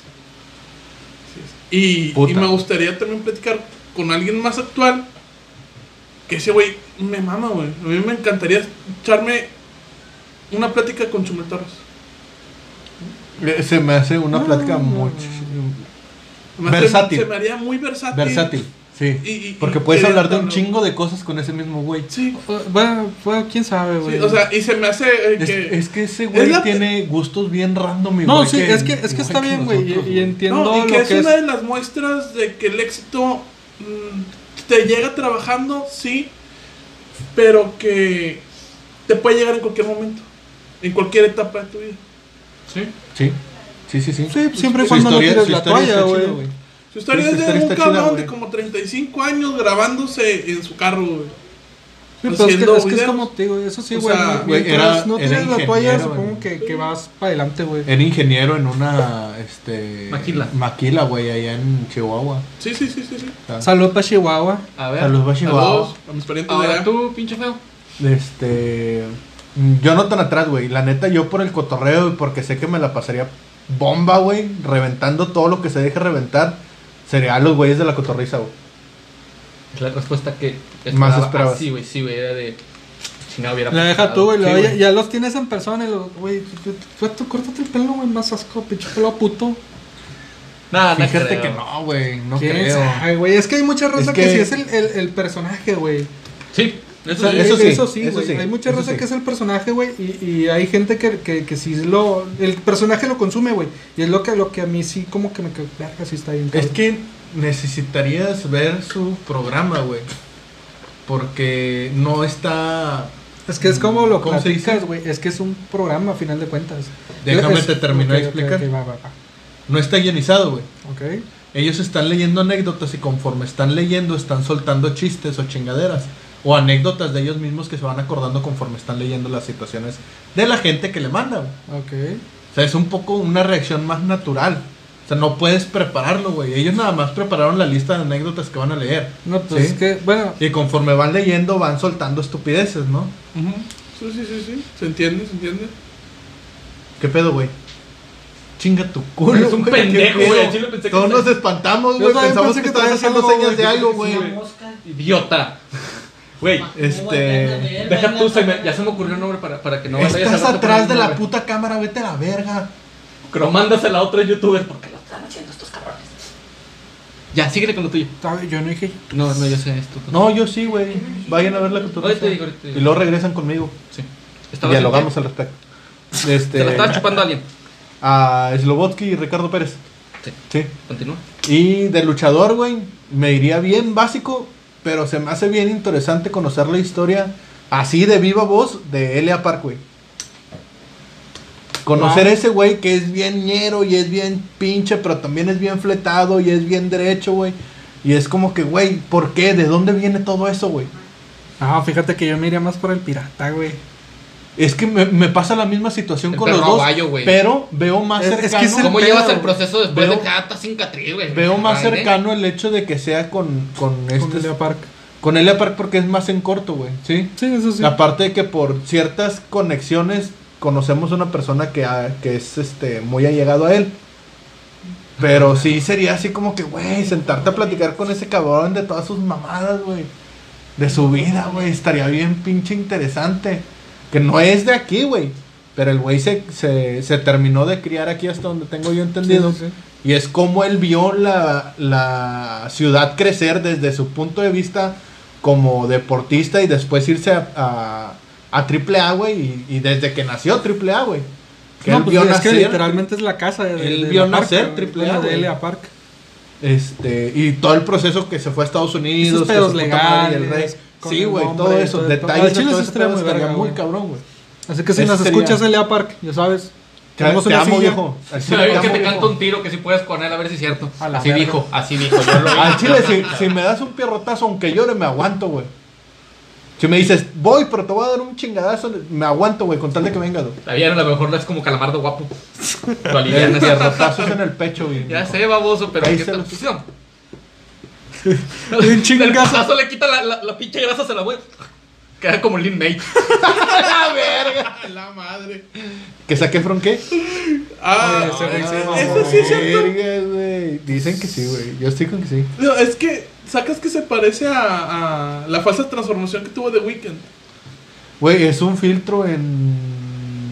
Y Puta. me gustaría también platicar con alguien más actual. Que ese güey me mama, güey. A mí me encantaría echarme una plática con Chumel Torres. Se me hace una plática muy Además, versátil. Se me haría muy versátil. Versátil, sí. Y Porque puedes hablar de un directo, ¿no? chingo de cosas con ese mismo güey. Sí. Bueno, quién sabe, güey. Sí, o sea, y se me hace que... Es que ese güey la- tiene gustos bien random, mi no, güey, sí, es que está bien, güey. nosotros, Y entiendo No, y lo que es que una de las muestras de que el éxito te llega trabajando, sí, pero que te puede llegar en cualquier momento, en cualquier etapa de tu vida. Sí. Sí, sí, sí, sí. Sí, siempre y Su cuando no historia- tires su la historia toalla, está güey. chida, güey. Su historia Su es de historia un está chida, cabrón güey. de como 35 años grabándose en su carro, güey. Sí, pero es que Haciendo es videos. como te digo, eso sí, O güey. sea, güey, Mientras no era tires la toalla, ingeniero, supongo güey. que vas para adelante, güey. Era ingeniero en una, Maquila, güey, allá en Chihuahua. Sí. O sea, Salud para Chihuahua. A ver. Saludos a Chihuahua. Saludos a mis parientes de Ahora allá. tú, pinche feo. Yo no tan atrás, güey. La neta, yo por el cotorreo y porque sé que me la pasaría bomba, güey, reventando todo lo que se deje reventar, sería los güeyes de la cotorriza, güey. Es la respuesta que Más esperabas. Sí, güey, era de... Si no hubiera La deja pasado. tú, güey. Sí, luego güey. ya los tienes en persona y los, güey, tú córtate el pelo, güey, más asco, pinche pelo puto. Nada, no Fíjate creo. que no, güey, no ¿Quién creo. sabe, güey? Es que hay mucha raza Es que que- sí es el personaje, güey. Sí, O eso sea, sí. Eso sí, güey. eso sí, Hay mucha eso raza sí. que es el personaje, güey. Y hay gente que sí el personaje lo consume, güey. Y es lo que a mí sí como que me quedo, verga, sí está bien. Es cabrón. que necesitarías ver su programa, güey. Porque no está... Es que es como lo ¿Cómo se dice? platicas, güey. Es que es un programa, a final de cuentas. Déjame Es- te termino de ok, explicar. ok, va. No está guionizado, güey. Ok. Ellos están leyendo anécdotas y conforme están leyendo están soltando chistes o chingaderas. O anécdotas de ellos mismos que se van acordando conforme están leyendo las situaciones de la gente que le manda, güey. Ok. O sea, es un poco una reacción más natural. O sea, no puedes prepararlo, güey. Ellos nada más prepararon la lista de anécdotas que van a leer. No, pues ¿Sí? es que, bueno, Y conforme van leyendo van soltando estupideces, ¿no? Sí. Se entiende. ¿Qué pedo, güey? Chinga tu culo. Es un güey, pendejo, ¿qué güey, pedo? al chile pensé que Todos está- nos espantamos, Yo güey. también Pensamos pensé que que estabas traías haciendo algo, señas de güey, algo, sí, güey. güey. Mosca. Idiota. Güey, deja tú, ya se me ocurrió un nombre para que no vayas Estás a rato atrás con de un la nombre. puta cámara, vete a la verga. Pero mándasela a otro youtuber porque lo están haciendo estos cabrones. Ya, síguele con lo tuyo. ¿sabe? Yo no dije. No, yo sé esto. No, yo sí, güey. Vayan a ver la cultura. Ahorita te digo. Y luego regresan conmigo. Sí. Y dialogamos al respecto. Se lo estaba chupando a alguien. A Slobotsky y Ricardo Pérez. Sí. Sí. Continúa. Y de luchador, güey, me iría bien básico, pero se me hace bien interesante conocer la historia así de viva voz de Elia Park, güey. Conocer a ese güey que es bien ñero y es bien pinche, pero también es bien fletado y es bien derecho, güey. Y es como que, güey, ¿por qué? ¿De dónde viene todo eso, güey? Ah, fíjate que yo me iría más por el pirata, güey. Es que me pasa la misma situación El con los perro dos, aguayo, güey. pero veo más Es que cercano. es el ¿Cómo pedo, llevas el güey. proceso después Veo- de que está cicatriz, güey? Veo más Ay, cercano el hecho de que sea con Con Elia Park. con Elia Park porque es más en corto, güey, ¿sí? Sí, eso sí. Aparte de que por ciertas conexiones conocemos una persona que es muy allegado a él. Pero sí sería así como que, güey, sentarte a platicar con ese cabrón de todas sus mamadas, güey. De su vida, güey. Estaría bien pinche interesante. Que no es de aquí, güey. Pero el güey se terminó de criar aquí hasta donde tengo yo entendido. Sí, sí, sí. Y es como él vio la ciudad crecer desde su punto de vista como deportista y después irse a AAA, güey. Y desde que nació AAA, güey. Que No, él pues vio es nacer. que literalmente es la casa de Él vio la nacer Park, Triple A, bueno, de güey. Elia Park. Y todo el proceso que se fue a Estados Unidos. Esos pedos que su puta madre y el legales, rey. con Sí, el güey, nombre todo y eso. todo. Detalles Al de chile todo sí ese estaría pedo muy estaría verga, muy güey. cabrón, güey. Así que si Ese nos sería- escuchas Elia Park, ya sabes. Tenemos Te una amo, silla. viejo. Al chile Sabes te que amo, te viejo. canto un tiro que si puedes con él a ver si es cierto. A la Así verga. dijo, yo lo Al chile, si me das un pierrotazo, aunque llore, me aguanto, güey. Si me dices, voy, pero te voy a dar un chingadazo, me aguanto, güey, con tal de que venga, güey. La vieron, a lo mejor no es como Calamardo guapo. Lo El alivianas. pierrotazo es en el pecho, güey. Ya sé, baboso, pero Ahí ¿qué se tal los- posición? Un El chingazo. putazo le quita la pinche grasa, se la voy. Queda como Lin May. ¡La verga! La madre. ¿Que saqué From qué? Ah, Ese güey sí, eso sí es cierto. Verga, güey. Dicen que sí, güey. Yo estoy con que sí. No, es que sacas que se parece a la falsa transformación que tuvo The Weeknd. Güey, es un filtro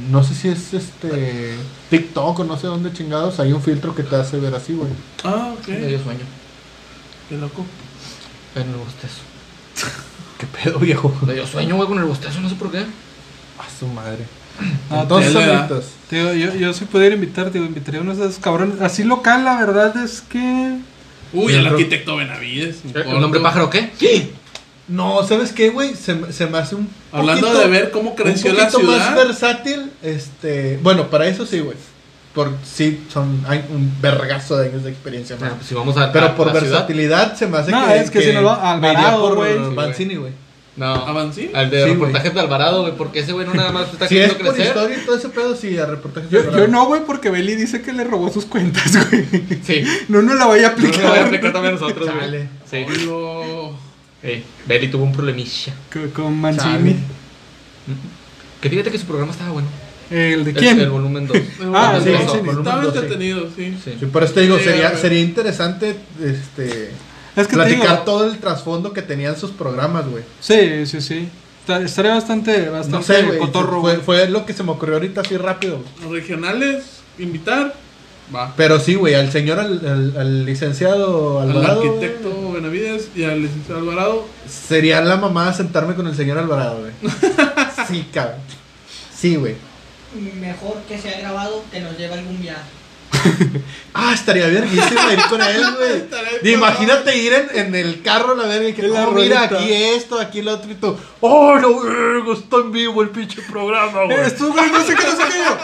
no sé si es TikTok o no sé dónde chingados, hay un filtro que te hace ver así, güey. Ah, ok. Me dio sueño. Qué loco. En el bostezo. ¿Qué pedo, viejo? Me dio sueño, güey, con el bostezo, no sé por qué. A su madre. Entonces, Entonces, amiguitos. tío, yo si pudiera invitar, tío, invitaría a unos de esos cabrones. Así local, la verdad es que... Uy, el arquitecto Benavides. ¿El nombre pájaro qué? No, ¿sabes qué, güey? Se me hace un Hablando poquito, de ver cómo creció un la poquito más ciudad. versátil, bueno, para eso sí, güey. Sí, hay un vergazo de años de experiencia, Bueno, man. pues si vamos a Pero por la ciudad. versatilidad se me hace No, que... es que si no lo- me iría Alvarado, por güey. Mancini, güey. No, ¿Avancini? al de Sí, reportajes de Alvarado, güey, porque ese güey no nada más está Si es queriendo por crecer. historia y todo ese pedo, sí, a reportajes de Yo Alvarado. no, güey, porque Beli dice que le robó sus cuentas, güey. Sí. No la vaya a No lo voy a aplicar. aplicar también a nosotros, güey. Chale. Sí. Oilo. Belly tuvo un problemilla. Con Mancini. Chale. Que fíjate que su programa estaba bueno. ¿El de El quién? volumen 2. Ah, sí, sí, sí. Estaba Volumen 2, entretenido, sí. Sí. Sí, por eso te digo, Sí, sería, güey. sería interesante Es que platicar te digo, todo el trasfondo que tenían sus programas, güey. sí. Estaría bastante No sé, güey. cotorro, Fue, güey. fue lo que se me ocurrió ahorita así rápido. Los regionales, invitar. Va. Pero sí, güey, al señor, al licenciado Al Alvarado. arquitecto Benavides y al licenciado Alvarado. Sería la mamá sentarme con el señor Alvarado, güey. Sí, cabrón. Sí, güey. Mejor que sea grabado que nos lleve a algún viaje. Ah, estaría verguísima ir con él, güey. Estaría Y imagínate ir en el carro, la verga, y que En la no, mira, ruedita. aquí esto, aquí lo otro y tú. ¡Oh, no, verga! Está en vivo el pinche programa, güey. Estuvo, güey, no sé qué yo.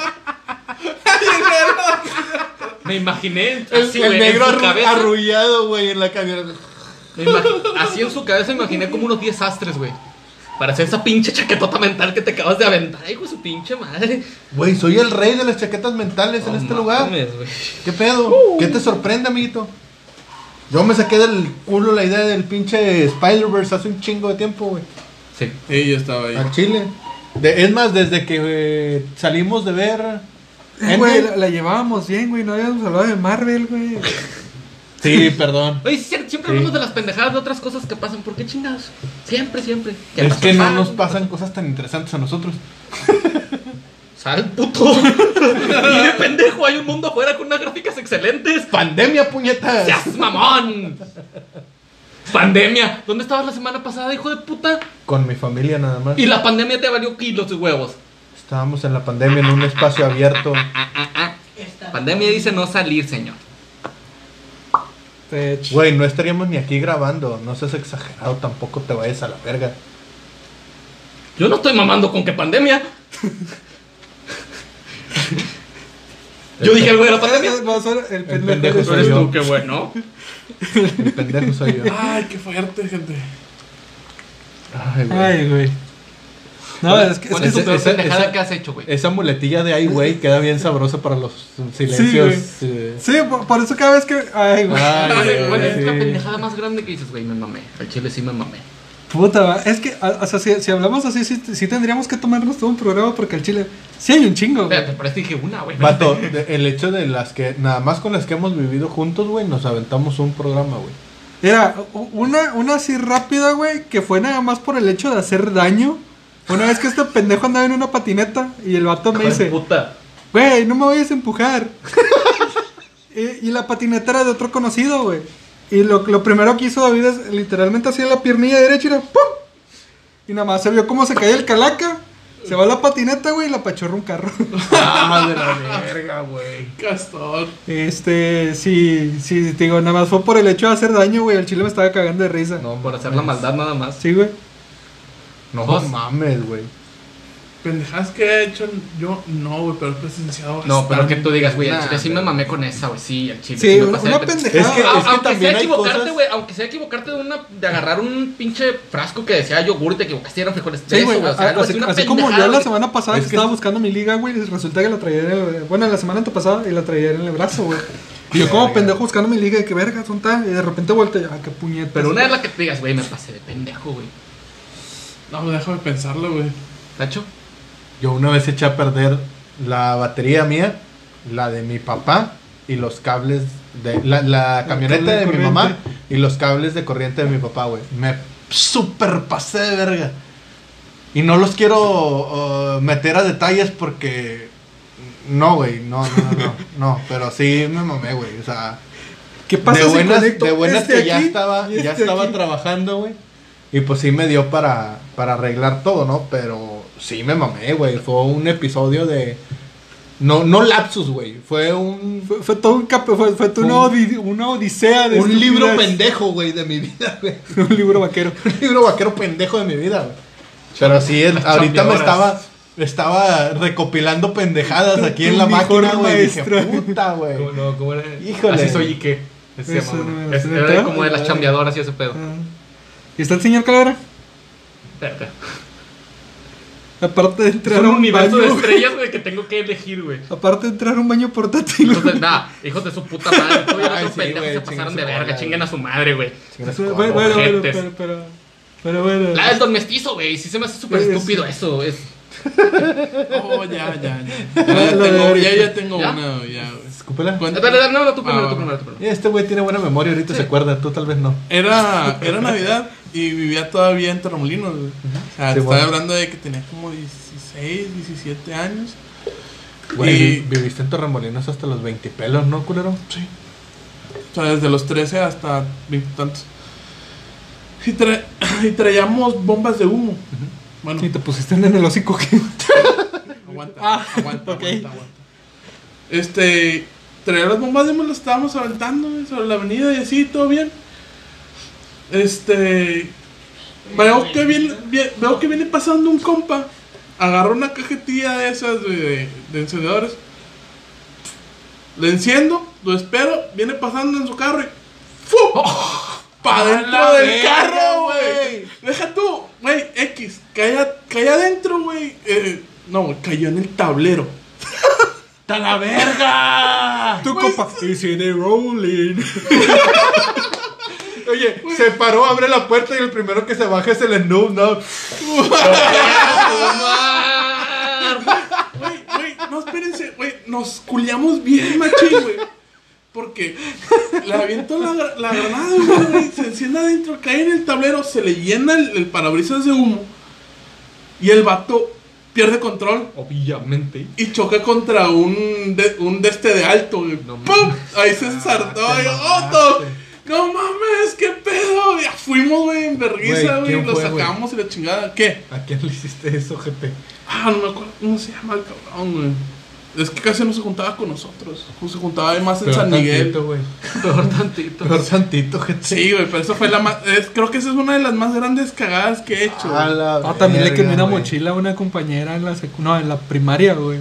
Me imaginé El, así, el güey, negro en su cabeza. arrullado, güey, en la camioneta. Así en su cabeza me imaginé como unos 10 astres, güey. Para hacer esa pinche chaquetota mental que te acabas de aventar, hijo de su pinche madre. Güey, soy el rey de las chaquetas mentales en No este lugar. mames, güey. ¿Qué pedo? ¿Qué te sorprende, amiguito? Yo me saqué del culo la idea del pinche Spider-Verse hace un chingo de tiempo, güey. Sí. Ella estaba ahí. Al chile. Es más, desde que salimos de ver... Güey, la llevábamos bien, güey. No habíamos hablado de Marvel, güey. Sí, perdón. Oye, siempre hablamos de las pendejadas de otras cosas que pasan. ¿Por qué chingados? Siempre. ¿Qué Es pasó? que no nos pasan cosas tan interesantes a nosotros. Sal, puto. Y de pendejo, hay un mundo afuera con unas gráficas excelentes. ¡Pandemia, puñetas! ¡Seas mamón! Pandemia. ¿Dónde estabas la semana pasada, hijo de puta? Con mi familia nada más. Y la pandemia te valió kilos de huevos. Estábamos en la pandemia en un espacio abierto. Pandemia dice no salir, señor. Güey, no estaríamos ni aquí grabando. No seas exagerado, tampoco te vayas a la verga. Yo no estoy mamando con que pandemia. Yo dije algo de la pandemia. Va a ser el pendejo pendejo. soy Eres yo. tú, qué bueno. El pendejo soy yo. Ay, qué fuerte, gente. Ay, güey. Ay, güey. No, es que ¿Cuál es tu peor esa- pendejada esa- que has hecho, güey? Esa muletilla de ay, güey, queda bien sabrosa para los silencios. Sí, por eso cada vez que. Ay, güey. Ay, ¿Cuál es la sí. pendejada más grande que dices, güey? Me mamé. Al chile sí me mamé. Puta, va. Es que, o sea, si hablamos así, sí tendríamos que tomarnos todo un programa porque al chile sí hay un chingo, güey. Espérate, por eso dije una, güey. Vato, el hecho de las que, nada más con las que hemos vivido juntos, güey, nos aventamos un programa, güey. Era una así rápida, güey, que fue nada más por el hecho de hacer daño. Una vez que este pendejo andaba en una patineta y el vato me Hijo de dice, puta. güey, no me vayas a empujar. y la patineta era de otro conocido, güey. Y lo primero que hizo David es literalmente hacía la piernilla derecha y era ¡pum! Y nada más se vio cómo se caía el calaca. Se va la patineta, güey, y la apachurra un carro. Ah, de la verga, güey. Castor. Sí, te digo, nada más fue por el hecho de hacer daño, güey. El chile me estaba cagando de risa. No, por hacer la maldad nada más. Sí, güey. No Vos. mames, güey. Pendejadas que he hecho yo, no, güey, pero he presenciado. No, pero que bastante. tú digas, güey, al Nah, chile sí me pero- mamé con esa, güey. Sí, al chile. Sí, me una pasé de pendejada. Es que aunque también sea hay equivocarte, cosas- güey, aunque sea equivocarte de agarrar un pinche frasco que decía yogur y te equivocaste y eran frijoles. Sí, güey, O sea, algo así, una así como pendejada, yo la güey. semana pasada Es que que estaba es- buscando mi liga, güey, resulta que la traía la semana antepasada y la traía en el brazo, güey. Y yo como Verga. pendejo buscando mi liga, de que verga, son tal, y de repente vuelta y ah, qué puñetas. Pero una es la que te digas, güey, me pasé de pendejo, güey. No, déjame pensarlo, güey. ¿Tacho? Yo una vez eché a perder la batería mía, la de mi papá y los cables de la camioneta cable de de mi corriente. mamá y los cables de corriente de mi papá, güey. Me super pasé de verga. Y no los quiero meter a detalles porque... No, güey, no, pero sí me mamé, güey, o sea... ¿Qué pasa de si buenas, conecto de buenas este que ya aquí estaba, y este ya estaba aquí? trabajando, güey. Y pues sí me dio para arreglar todo, ¿no? Pero sí me mamé, güey. Fue un episodio de... No lapsus, güey. Fue un... Fue todo un fue una odisea de Un libro estupidez. pendejo, güey, de mi vida, güey. Un libro vaquero. Un libro vaquero pendejo de mi vida, güey. Pero sí, ahorita me estaba recopilando pendejadas aquí en la Tu máquina, mejor güey. Dije, maestra. puta, güey. ¿Cómo era? Híjole. Así soy y qué. Ese Eso se llama, no güey. me Es- lo sé, Era ¿neta? como de las chambeadoras y ese pedo. ¿Y está el señor Calavera? Verga. Aparte de Es entrar un a un universo de baño. estrellas, güey, que tengo que elegir, güey. Aparte de entrar a un baño portátil. Entonces, nada, hijos de su puta madre. Tú y Ay, otros sí, pendejos güey, se pasaron de chinga su verga. madre, Chinguen a su madre, güey. Bueno, Ojetes. pero bueno. La del Don Mestizo, güey. Sí se me hace súper Es- estúpido eso. Es... Oh, ya. La Ya tengo ¿Ya? una, ya, güey. Escúpela. Dale, no, tú primero, Ah, tú primero. Este güey tiene buena memoria, ahorita se acuerda, tú tal vez no. Era Navidad y vivía todavía en Torremolinos, güey. O sea, Sí, te estaba bueno. hablando de que tenía como 16, 17 años. Güey, Y- viviste en Torremolinos hasta los 20 pelos, ¿no, culero? Sí. O sea, desde los 13 hasta 20 y tantos. Y traíamos bombas de humo. Bueno, Y te pusiste en el hocico que. aguanta. Traía las bombas de humo, las estábamos aventando, güey, sobre la avenida y así, todo bien. Veo que viene pasando un compa. Agarra una cajetilla de esas de encendedores. Le enciendo, lo espero, viene pasando en su carro y ¡fum! ¡Pa' dentro la del verga, carro, güey! güey! Deja tú, güey, X, cae adentro, güey. No, güey, cayó en el tablero. ¡Ta la verga! Tu compa. Is in the rolling. Oye, se paró, abre la puerta y el primero que se baja es el Snoop, ¿no? Güey, no, espérense, güey, nos culiamos bien, machín, güey. Porque le aviento la granada, güey, se enciende adentro, cae en el tablero, se le llena el parabrisas de humo. Y el vato pierde control Obviamente. y choca contra un de alto, güey. No ¡Pum! mames. Ahí se ensartó, y ¡otto! No mames, qué pedo. Ya fuimos, güey, en vergüenza, Güey, güey. ¿quién Lo fue, güey? sacamos y la chingada. ¿Qué? ¿A quién le hiciste eso, jefe? Ah, no me acuerdo cómo se llama el cabrón, güey. Es que casi no se juntaba con nosotros. Se juntaba ahí más en San Miguel. güey. Peor tantito. Peor tantito, gente. Sí, güey, pero eso fue la más. Creo que esa es una de las más grandes cagadas que he hecho. A la No, también le quemé una güey. mochila a una compañera en la en la primaria, güey.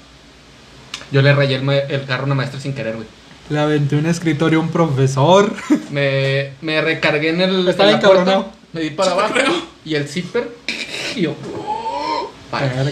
Yo le rayé el carro a una maestra sin querer, güey. Le aventé un escritorio a un profesor. Me recargué en el. Estaba en la encabronado. puerta, me di para abajo y el zipper. Y yo. Bye.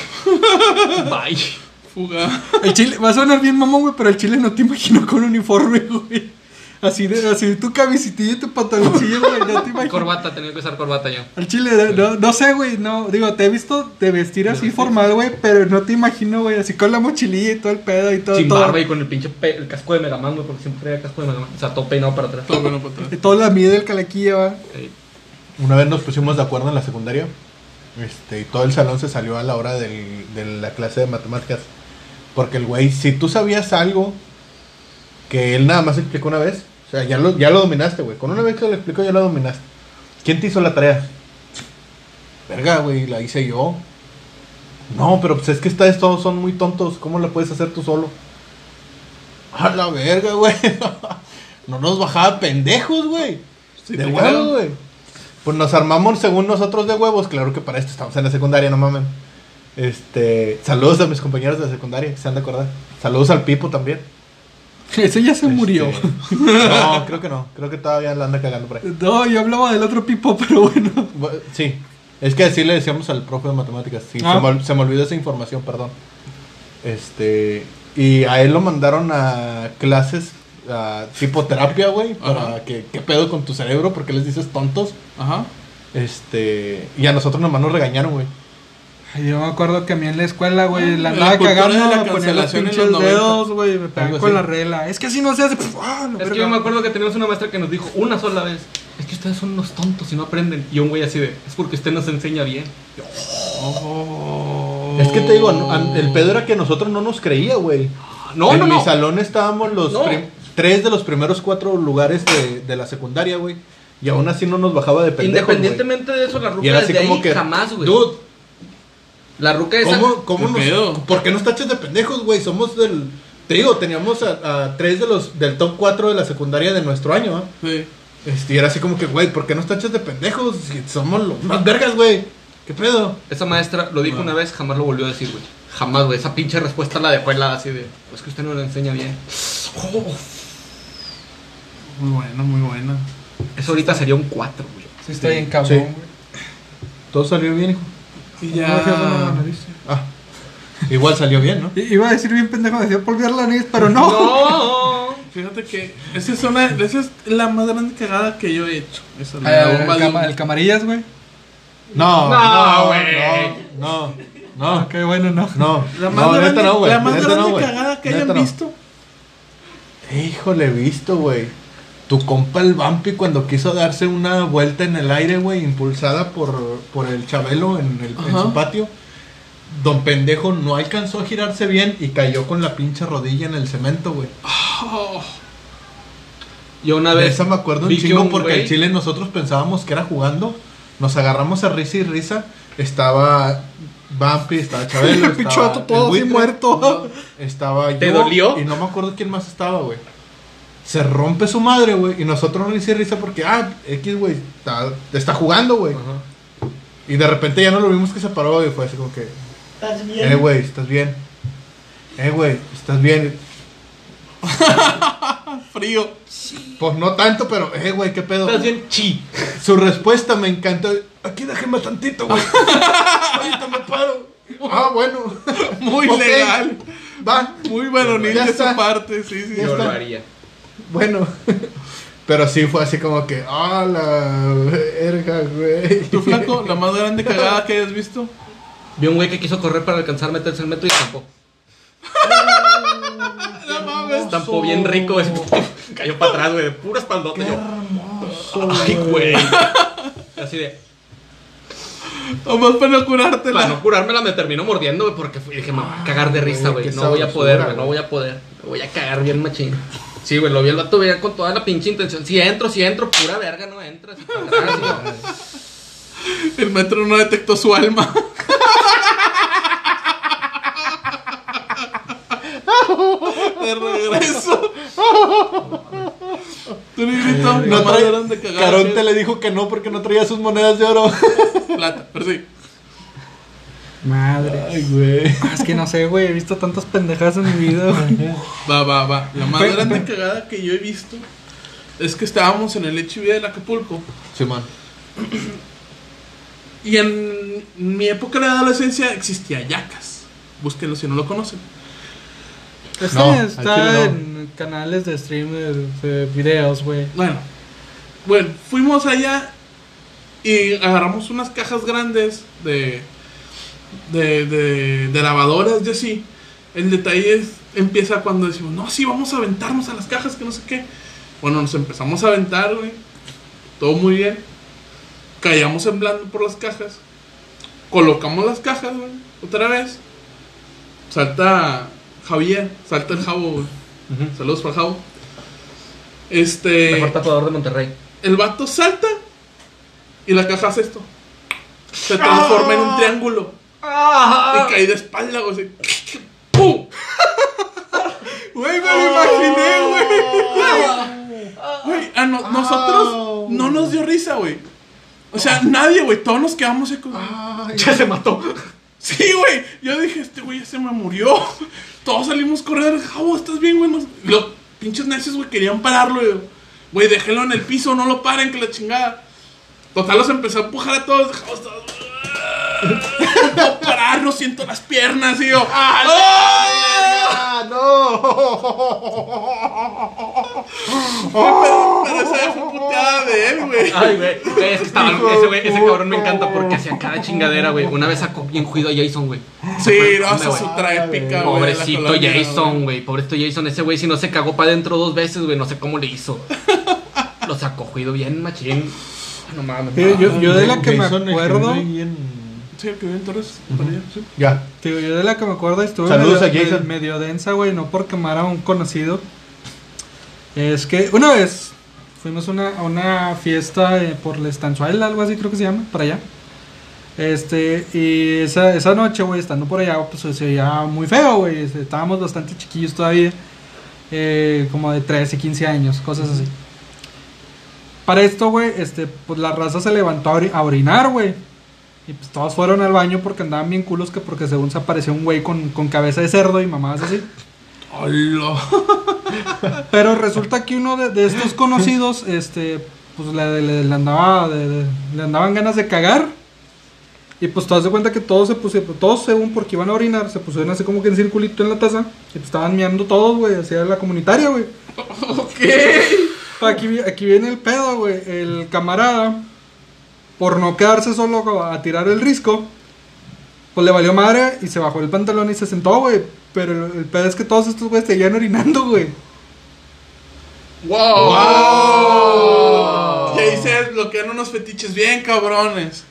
Bye. Fuga. El chile, va a sonar bien mamón, güey, pero el chile no te imagino con uniforme, güey. Así tu camisitilla y tu pantaloncillo, güey, no te imagino. Corbata, tenía que usar corbata yo. Al chile, no sé, güey, no, digo, te he visto de vestir así formal, güey, pero no te imagino, güey, así con la mochililla y todo el pedo y todo. Sin todo, barba y con el pinche el casco de Megaman, güey, porque siempre traía casco de Megaman. O sea, todo peinado para atrás. Todo bueno para atrás. y toda la mía del calaquilla, va. Una vez nos pusimos de acuerdo en la secundaria. Y todo el salón se salió a la hora de la clase de matemáticas. Porque el güey, si tú sabías algo que él nada más explicó una vez, o sea, ya lo dominaste, güey. Con una vez que lo explicó, ya lo dominaste. ¿Quién te hizo la tarea? Verga, güey, la hice yo. No, pero pues es que ustedes todos son muy tontos. ¿Cómo la puedes hacer tú solo? A la verga, güey. No nos bajaba pendejos, güey. Sí, De te huevos, creo. güey. Pues nos armamos según nosotros de huevos. Claro que para esto estamos en la secundaria, no mamen. Saludos a mis compañeros de la secundaria, que se han de acordar. Saludos al Pipo también. Ese ya se murió. No, creo que no. Creo que todavía la anda cagando por ahí. No, yo hablaba del otro Pipo, pero bueno. Sí. Es que así le decíamos al profe de matemáticas. Sí, Ah. se me olvidó esa información, perdón. Y a él lo mandaron a clases tipo terapia, güey. Para Ajá. que, ¿qué pedo con tu cerebro? ¿Por qué les dices tontos? Ajá. Y a nosotros nomás nos regañaron, güey. Ay, yo me acuerdo que a mí en la escuela, güey, la La andaba cultura cagando, de la me ponía los cancelación en pinches los 90. dedos, güey, me pegaban Algo con así. la regla. Es que así no se hace. Es que yo me acuerdo que teníamos una maestra que nos dijo una sola vez: es que ustedes son unos tontos y no aprenden. Y un güey así de, es porque usted nos enseña bien. Es que te digo, el pedo era que nosotros no nos creía, güey. En mi salón estábamos los 3 de los primeros 4 lugares de la secundaria, güey. Y aún así no nos bajaba de pendejos, independientemente de eso, la ruca y era así desde como ahí que, jamás, güey. dude, La ruca esa... ¿Cómo nos, ¿por qué nos tachas de pendejos, güey? Somos del... Te digo, teníamos a 3 del top 4 de la secundaria de nuestro año, ¿eh? Sí. Y era así como que, güey, ¿por qué nos tachas de pendejos? Si somos los más vergas, güey. ¿Qué pedo? Esa maestra lo dijo una vez, jamás lo volvió a decir, güey. Jamás, güey. Esa pinche respuesta la dejó helada así de, pues que usted no lo enseña bien. Muy buena, muy buena. Eso ahorita sería un 4, güey. Sí, está bien cabrón, Sí. güey. Todo salió bien, hijo. Y No me fijas en la ya... nariz. Ah, igual salió bien, ¿no? Iba a decir bien pendejo, decía polviar la nariz, pero no. No. Fíjate que esa es la más grande cagada que yo he hecho. Esa es la bomba de humo. El camarillas, güey. No, güey. No. Ok, bueno, no. No, La más no, grande, neta no, güey. la más Neta grande no, güey. cagada que Neta hayan no. visto. Híjole, visto, güey. Tu compa el Vampi cuando quiso darse una vuelta en el aire, güey, impulsada por el Chabelo en Ajá. su patio. Don pendejo no alcanzó a girarse bien y cayó con la pinche rodilla en el cemento, güey. Oh, Yo una De vez... esa me acuerdo un vi que chingo un porque güey- en Chile nosotros pensábamos que era jugando. Nos agarramos a risa y risa. Estaba Vampi, estaba Chabelo, El pinche estaba vato todo el así buitre, muerto. estaba ¿Te yo, dolió? y no me acuerdo quién más estaba, güey. Se rompe su madre, güey, y nosotros risa y risa porque, X, güey, está jugando, güey. Ajá. Y de repente ya no lo vimos que se paró y fue así como que, ¿Estás bien? güey, ¿estás bien? Güey, ¿estás bien? frío. Pues no tanto, pero, güey, ¿qué pedo? Estás bien chi. Su respuesta me encantó. Aquí déjeme tantito, güey. Ahorita me paro. Bueno. Muy Ok, legal. Va. Muy varonil Ya de está. su parte, sí, sí. Ya Yo está. lo haría. Bueno. Pero sí fue así como que, la verga, güey. ¿Tú, flaco, la más grande cagada que hayas visto? Vi un güey que quiso correr para alcanzar a meterse al metro y estampó. No mames. Estampó bien rico, así, cayó para atrás, güey, de pura espaldota. Yo, Hermoso. ay, güey. Así de, Nomás para no curártela. para no curármela me terminó mordiendo, güey, porque dije, me voy a cagar de risa, güey, güey. qué No voy a sabrosura, poder, güey, güey. no voy a poder. Me voy a cagar bien machín. Sí, güey, lo vi el vato veía con toda la pinche intención. Si entro, pura verga, no entras. Y para atrás, y yo, El metro no detectó su alma. De regreso. Tú, Negrito, la No más trae, grande cagada. Caronte que- le dijo que no porque no traía sus monedas de oro. Plata, pero sí. Madre. Ay, güey. Es que no sé, güey. He visto tantas pendejadas en mi vida, güey. Va. La más Pero- grande cagada que yo he visto es que estábamos en el HIV del Acapulco. Simón. Y en mi época de adolescencia existía Yacas. Búsquenlo si no lo conocen. No, al Está chile no. en canales de stream de videos, güey. Bueno, fuimos allá y agarramos unas cajas grandes de lavadoras y así. El detalle empieza cuando decimos, no, sí, vamos a aventarnos a las cajas, que no sé qué. Bueno, nos empezamos a aventar, güey. Todo muy bien. Callamos en blando por las cajas. Colocamos las cajas, güey. Otra vez. Salta Javier, salta el Javo, güey. Saludos para el Javo. mejor tatuador de Monterrey. El vato salta y la caja hace esto. Se transforma en un triángulo. Y caí de espalda, güey. Así. ¡Pum! Güey, me lo imaginé, güey. Güey, a nosotros no nos dio risa, güey. O sea, nadie, güey. Todos nos quedamos secos. Ya se mató. Sí, güey. Yo dije, este güey ya se me murió. Todos salimos corriendo. Jabo, ¿estás bien, güey? Los pinches necios, güey, querían pararlo. Güey, déjenlo en el piso, no lo paren, que la chingada. Total, los empezó a empujar a todos. Jabo, no puedo parar, no siento las piernas. Y yo, pero esa fue puteada de él, güey. Ay, güey. Es que estaba, ese cabrón me encanta porque hacía cada chingadera, güey. Una vez sacó bien juido a Jason, güey. Sí, no, Hombre, esa es güey. otra épica, güey. Pobrecito la colonia, Jason, güey. Pobrecito Jason. Ese güey, si no se cagó para adentro 2 veces, güey. No sé cómo le hizo. los ha cogido bien machín. No mames. Yo de la que me Jason, el que acuerdo. vive ahí en- Sí, el que vive en Torres. por allá, sí. Ya. Tío, yo de la que me acuerdo estuve Saludos medio, a Jason. medio densa, güey, no por quemar a un conocido. Es que una vez fuimos a una fiesta por la Estanzuela, algo así creo que se llama, para allá. Y esa noche, güey, estando por allá, pues se veía muy feo, güey. Estábamos bastante chiquillos todavía, como de 13, 15 años, cosas así. Para esto, güey, pues la raza se levantó a orinar, güey. Y pues todos fueron al baño porque andaban bien culos, que porque según se apareció un güey con cabeza de cerdo y mamadas así. ¡Hola! Pero resulta que uno de estos conocidos, pues le andaban ganas de cagar. Y pues te das de cuenta que todos todos según porque iban a orinar, se pusieron así como que en circulito en la taza. Y pues estaban meando todos, güey, hacia la comunitaria, güey. Aquí viene el pedo, güey. El camarada, por no quedarse solo a tirar el risco, pues le valió madre y se bajó el pantalón y se sentó, güey. Pero el pedo es que todos estos güeyes seguían orinando, güey. ¡Wow! Y ahí se desbloquean unos fetiches bien cabrones.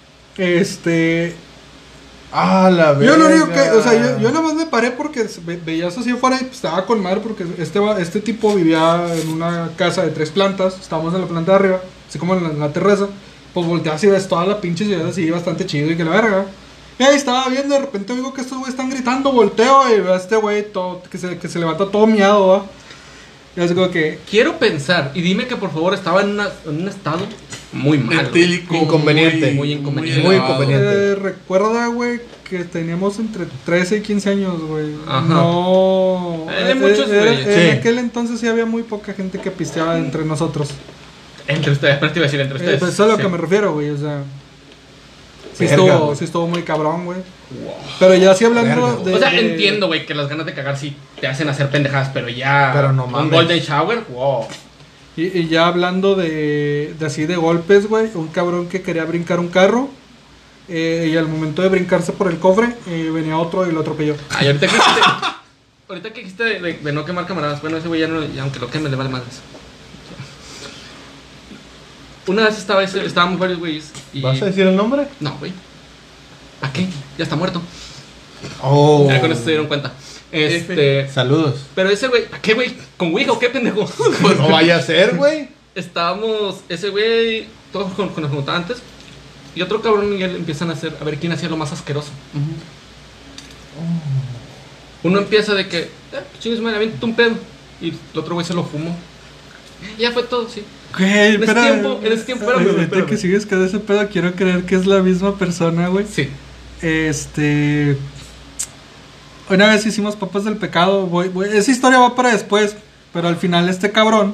Ah, la Yo lo único verga. que, o sea, yo nada más me paré porque veía eso así afuera y pues, estaba con madre porque este tipo vivía en una casa de 3 plantas, estábamos en la planta de arriba, así como en la terraza, pues volteas y ves toda la pinche ciudad así bastante chido y que la verga. Y ahí estaba viendo, de repente oigo que estos güeyes están gritando, volteo y veo a este güey todo, que se levanta todo miado, ¿va? Y así como que... Quiero pensar, y dime que por favor estaba en un estado muy malo. Etílico. Inconveniente. Muy inconveniente. Muy elevado. inconveniente. recuerda, güey, que teníamos entre 13 y 15 años, güey. Ajá. No... Hay muchos, güey. En Sí. aquel entonces sí había muy poca gente que pisteaba entre nosotros. Entre ustedes, pero te iba a decir entre ustedes. Pues eso es a lo Sí. que me refiero, güey, o sea... Sí Verga, güey. estuvo muy cabrón, güey. Pero ya sí hablando Verga, de... O sea, de- entiendo, güey, que las ganas de cagar sí te hacen hacer pendejadas, pero ya. Pero no un mames. golden shower, wow. Y ya hablando de así de golpes, güey, un cabrón que quería brincar un carro y al momento de brincarse por el cofre venía otro y lo atropelló. Ay, ahorita que dijiste de no quemar camaradas, bueno, ese güey ya no, ya aunque lo queme le vale madres. Una vez estábamos varios güeyes y... ¿Vas a decir el nombre? No, güey. ¿Para qué? Ya está muerto. Oh. Ya con eso se dieron cuenta. Saludos. Pero ese güey, ¿a qué güey? ¿Con Ouija o qué pendejo? No vaya a ser, güey. Estábamos, ese güey, todos con los mutantes, y otro cabrón y él empiezan a ver quién hacía lo más asqueroso. Uno empieza de que, chingues madre, avienta un pedo, y el otro güey se lo fumó. Ya fue todo, sí. Güey, En ese tiempo, espérame, ahorita espérame. que sigues con ese pedo, quiero creer que es la misma persona, güey. Sí. Una vez hicimos papas del pecado, esa historia va para después, pero al final este cabrón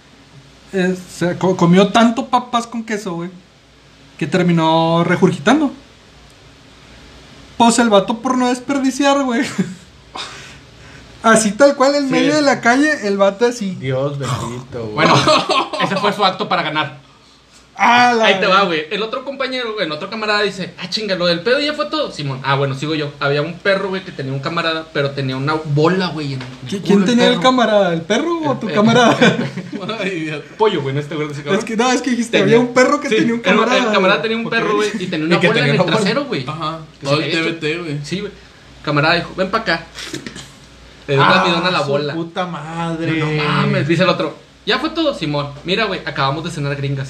comió tanto papas con queso, güey, que terminó regurgitando. Pues el vato por no desperdiciar, güey. Así tal cual en medio de la calle, el vato así. Dios bendito, güey. Bueno, ese fue su acto para ganar. Ahí te va, güey. El otro compañero, güey, el otro camarada dice, chinga, lo del pedo ya fue todo. Simón, bueno, sigo yo. Había un perro, güey, que tenía un camarada, pero tenía una bola, güey. ¿Quién tenía el camarada? ¿El perro o tu camarada? Ay, Dios. Pollo, güey, no este güey de ese cabrón. Es que dijiste, Tenía- había un perro que Sí, tenía un camarada. El camarada tenía un Ok. perro, güey, y tenía una Y que bola tenía en el una bola. trasero, güey. Ajá. Que Todo se el había hecho. TBT, güey. Sí, güey. Camarada dijo, ven para acá. Le dio una midona a la su bola. Puta madre. No mames, dice el otro. Ya fue todo, Simón. Mira, güey, acabamos de cenar gringas.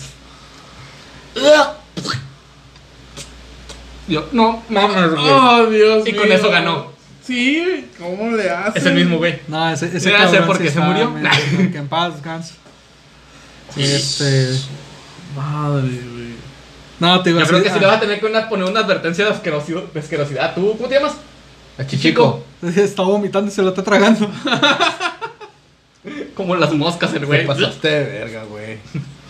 Yo, no mames, güey. Oh, Dios Y mío. con eso ganó. Sí, güey. ¿Cómo le haces? Es el mismo, güey. No, ese Debe cabrón ser porque sí se está, murió. men, que en paz descanse. Madre, güey. No, te digo Yo así, creo que sí le vas a tener que poner una advertencia de asquerosidad. ¿Tú cómo te llamas? A Chichico. está vomitando y se lo está tragando. Como las moscas, el Te güey. pasaste de verga, güey.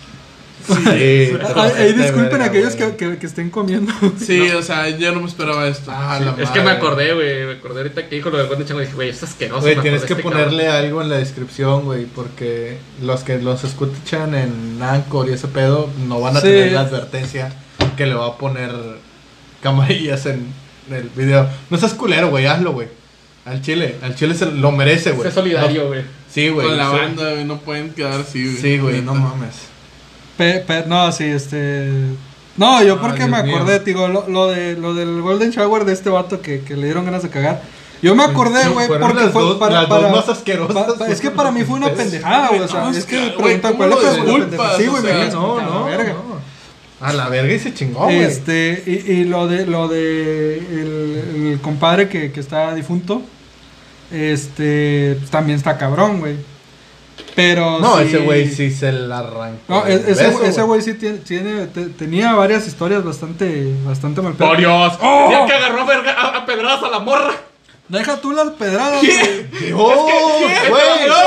Ahí disculpen a aquellos que estén comiendo. Sí, o sea, yo no me esperaba esto. Ah, la Es que me madre. acordé, güey. Me acordé ahorita que dijo lo del Golden Chango y dije, güey, esto es asqueroso. Güey, me tienes acordé que de este ponerle algo en la descripción, güey, porque los que los escuchan en Anchor y ese pedo no van a Sí. tener la advertencia que le va a poner camarillas en el video. No seas culero, güey, hazlo, güey. Al Chile se lo merece, güey. Sé solidario, güey. Sí, güey. Con la sí. banda, güey, no pueden quedar así, güey. Sí, güey, no mames. No, sí, No, yo porque Dios me acordé, mío. digo, lo del Golden Shower de este vato que le dieron ganas de cagar. Yo me acordé, güey, Fueron porque las fue dos- las dos más asquerosas, es que para mí fue una pendejada, güey. O sea, No, es que me güey, preguntan ¿cómo cuál lo es la disculpas? Sí, güey, O sea, me No, a la no, verga. no. A la verga y se chingó, güey. Y lo de el compadre que está difunto, pues, también está cabrón, güey. Pero No, sí- ese güey sí se la arrancó. No, de beso, ese güey sí tenía varias historias bastante mal pedo. ¡Dios! Ya que agarró a pedradas a la morra. Deja tú las pedradas, güey. ¡Oh, güey!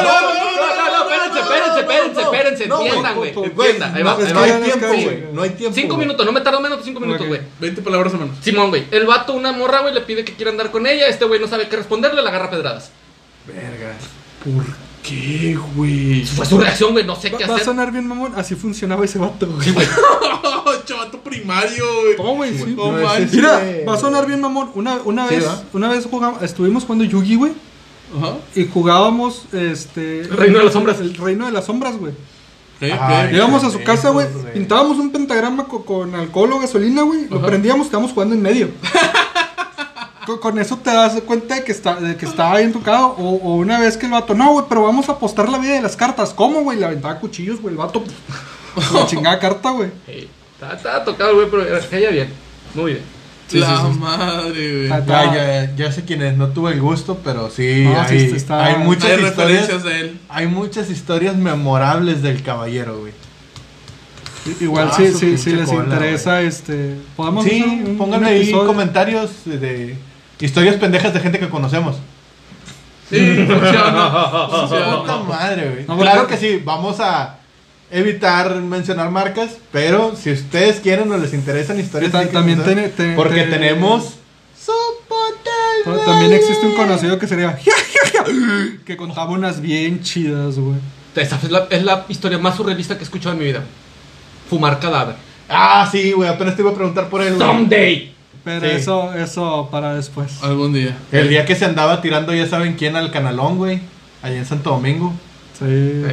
Espérense, No, entiendan, güey. güey, Entiendan, ahí va, no, ahí es No va. que hay tiempo, sí, güey. No hay tiempo. 5 güey. minutos, no me tardo menos de 5 minutos, Ok. güey. 20 palabras o menos. Simón, güey. El vato, una morra, güey, le pide que quiera andar con ella. Este güey no sabe qué responderle, la agarra a pedradas. Verga. ¿Por qué, güey? Fue su reacción, güey, no sé qué Va a hacer. sonar bien, mamón. Así funcionaba ese vato, güey. Sí, güey. Chavato primario, güey. No, güey, sí. No No es manches. ese- Mira, va a sonar bien, mamón. Una Sí, vez, ¿va? estuvimos jugando Yugi, güey. Ajá. Y jugábamos, Reino de las Sombras. El Reino de las Sombras, güey. Ok, Ay, ok. Íbamos a su casa, güey. güey. Pintábamos un pentagrama con alcohol o gasolina, güey. Lo Ajá. prendíamos, estábamos jugando en medio. Con eso te das cuenta de que estaba bien tocado. O una vez que el vato, no, güey, pero vamos a apostar la vida de las cartas. ¿Cómo, güey? Le aventaba cuchillos, güey. El vato, la chingada carta, güey. Hey, estaba tocado, güey, pero caía bien. Muy bien. La madre, güey. Ya sé quién es. No tuve el gusto, pero sí. No, sí, hay, está- hay muchas Hay historias. referencias de él. Hay muchas historias memorables del caballero, güey. Igual Ah, si su pinche les cola, interesa, podemos hacer Sí, un pónganle ahí episodio. comentarios de historias pendejas de gente que conocemos. Sí, funciona. Puta Funciona. madre, güey. No, Claro porque- que sí, vamos a evitar mencionar marcas, pero si ustedes quieren o les interesan historias así que También conocemos, porque tenemos soporte. También existe un conocido que sería que contaba unas bien chidas, güey. Esa es la historia más surrealista que he escuchado en mi vida. Fumar cadáver. Ah, sí, güey, apenas te iba a preguntar por él, güey. Someday. Pero Sí. eso para después. Algún día. El día que se andaba tirando, ya saben quién, al canalón, güey. Allá en Santo Domingo. Sí.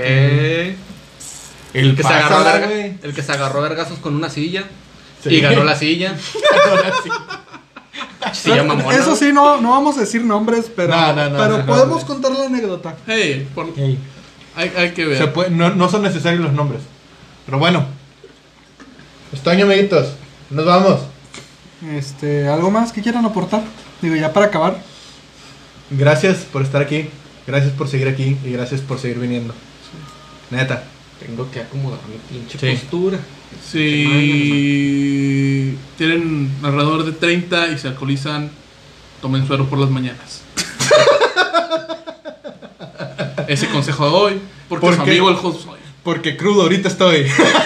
El Que se agarró a pásala, verga- güey. el que se agarró a vergazos con una silla. Sí. Y ganó la silla. Silla mamona. Eso sí, no vamos a decir nombres, pero, No, pero no, podemos nombres. contar la anécdota. Hey, Ey. hay que ver. Se puede- no son necesarios los nombres. Pero bueno. Estoño, amiguitos. Nos vamos. ¿Algo más que quieran aportar? Digo, ya para acabar. Gracias por estar aquí. Gracias por seguir aquí. Y gracias por seguir viniendo. Neta. Tengo que acomodar mi pinche Sí. postura. Si tienen alrededor de 30 y se alcoholizan, tomen suero por las mañanas. Ese consejo de hoy, porque ¿Por su qué? amigo el host soy. Porque crudo ahorita estoy.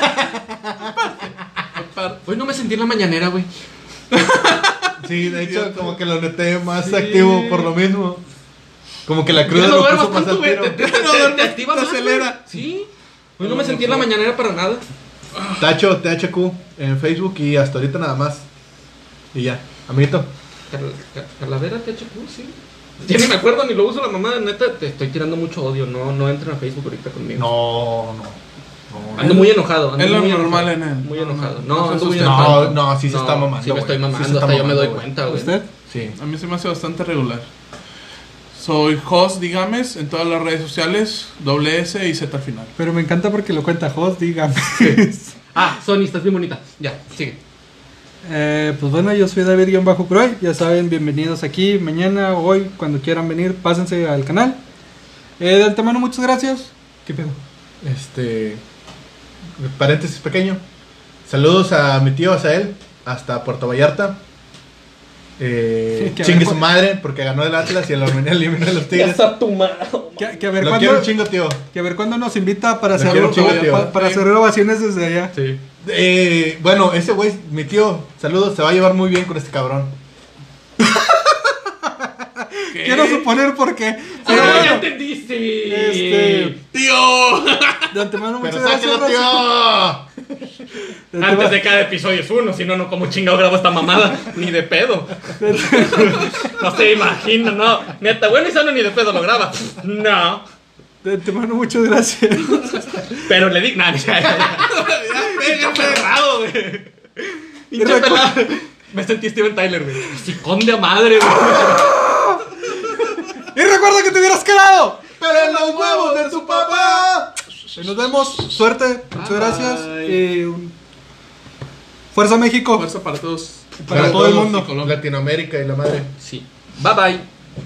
Hoy no me sentí en la mañanera, güey. Sí, de hecho, como que lo noté más activo por lo mismo. Como que la cruda Ya lo no duermas puso más tanto, al güey. tiro. Te activa te más, acelera. güey. Sí. Hoy no me sentí en la mañanera para nada. Tacho, THQ en Facebook y hasta ahorita nada más. Y ya. Amiguito. Calavera THQ, sí. Ya ni me acuerdo ni lo uso la mamá. Neta, te estoy tirando mucho odio. No entren a Facebook ahorita conmigo. No. Ando muy enojado. ando Es lo muy normal enojado, en él. Muy No, enojado. no, No, no ando muy se enojado. asusta. No, sí se está mamando, Sí me güey. estoy Sí se mamando. está Hasta yo me doy mamando, cuenta, güey. ¿Usted? Sí. A mí se me hace bastante regular. Soy host, dígames, en todas las redes sociales, S y Z al final. Pero me encanta porque lo cuenta Host, dígame. Ah, Sony, estás bien bonita. Ya, sigue. Pues bueno, yo soy David-Croy. Ya saben, bienvenidos aquí mañana o hoy, cuando quieran venir, pásense al canal. De antemano, muchas gracias. ¿Qué pedo? Paréntesis pequeño. Saludos a mi tío Asael, hasta Puerto Vallarta. Que a Chingue ver, su madre, porque ganó el Atlas y el eliminó a los Tigres. tomado. Que a ver Lo cuándo. quiero un chingo, tío. Que a ver cuándo nos invita para Lo hacer quiero un chingo, tío. para hacer grabaciones desde allá. Sí. Bueno, ese güey, mi tío, saludos, se va a llevar muy bien con este cabrón. ¿Qué? Quiero suponer por qué. Pero Ah, ya bueno, entendí, sí. ¡Tío! de antemano, muchas Pero gracias. sáquelo, tío. Antes de cada episodio es uno, si no, no como chingado grabo esta mamada. Ni de pedo. No se imagina, no. Neta, bueno y sano ni de pedo lo graba. No. De antemano, muchas gracias. Pero le di. Nah, ya. Pinche perrado, güey. Pinche pelado. Me sentí Steven Tyler, güey. Sicón de madre, güey. Y recuerda que te hubieras quedado. Pero en los huevos de tu papá. Y nos vemos. Suerte. Muchas gracias. Fuerza México. Fuerza para todos. Para todo el mundo. Latinoamérica y la madre. Sí. Bye bye.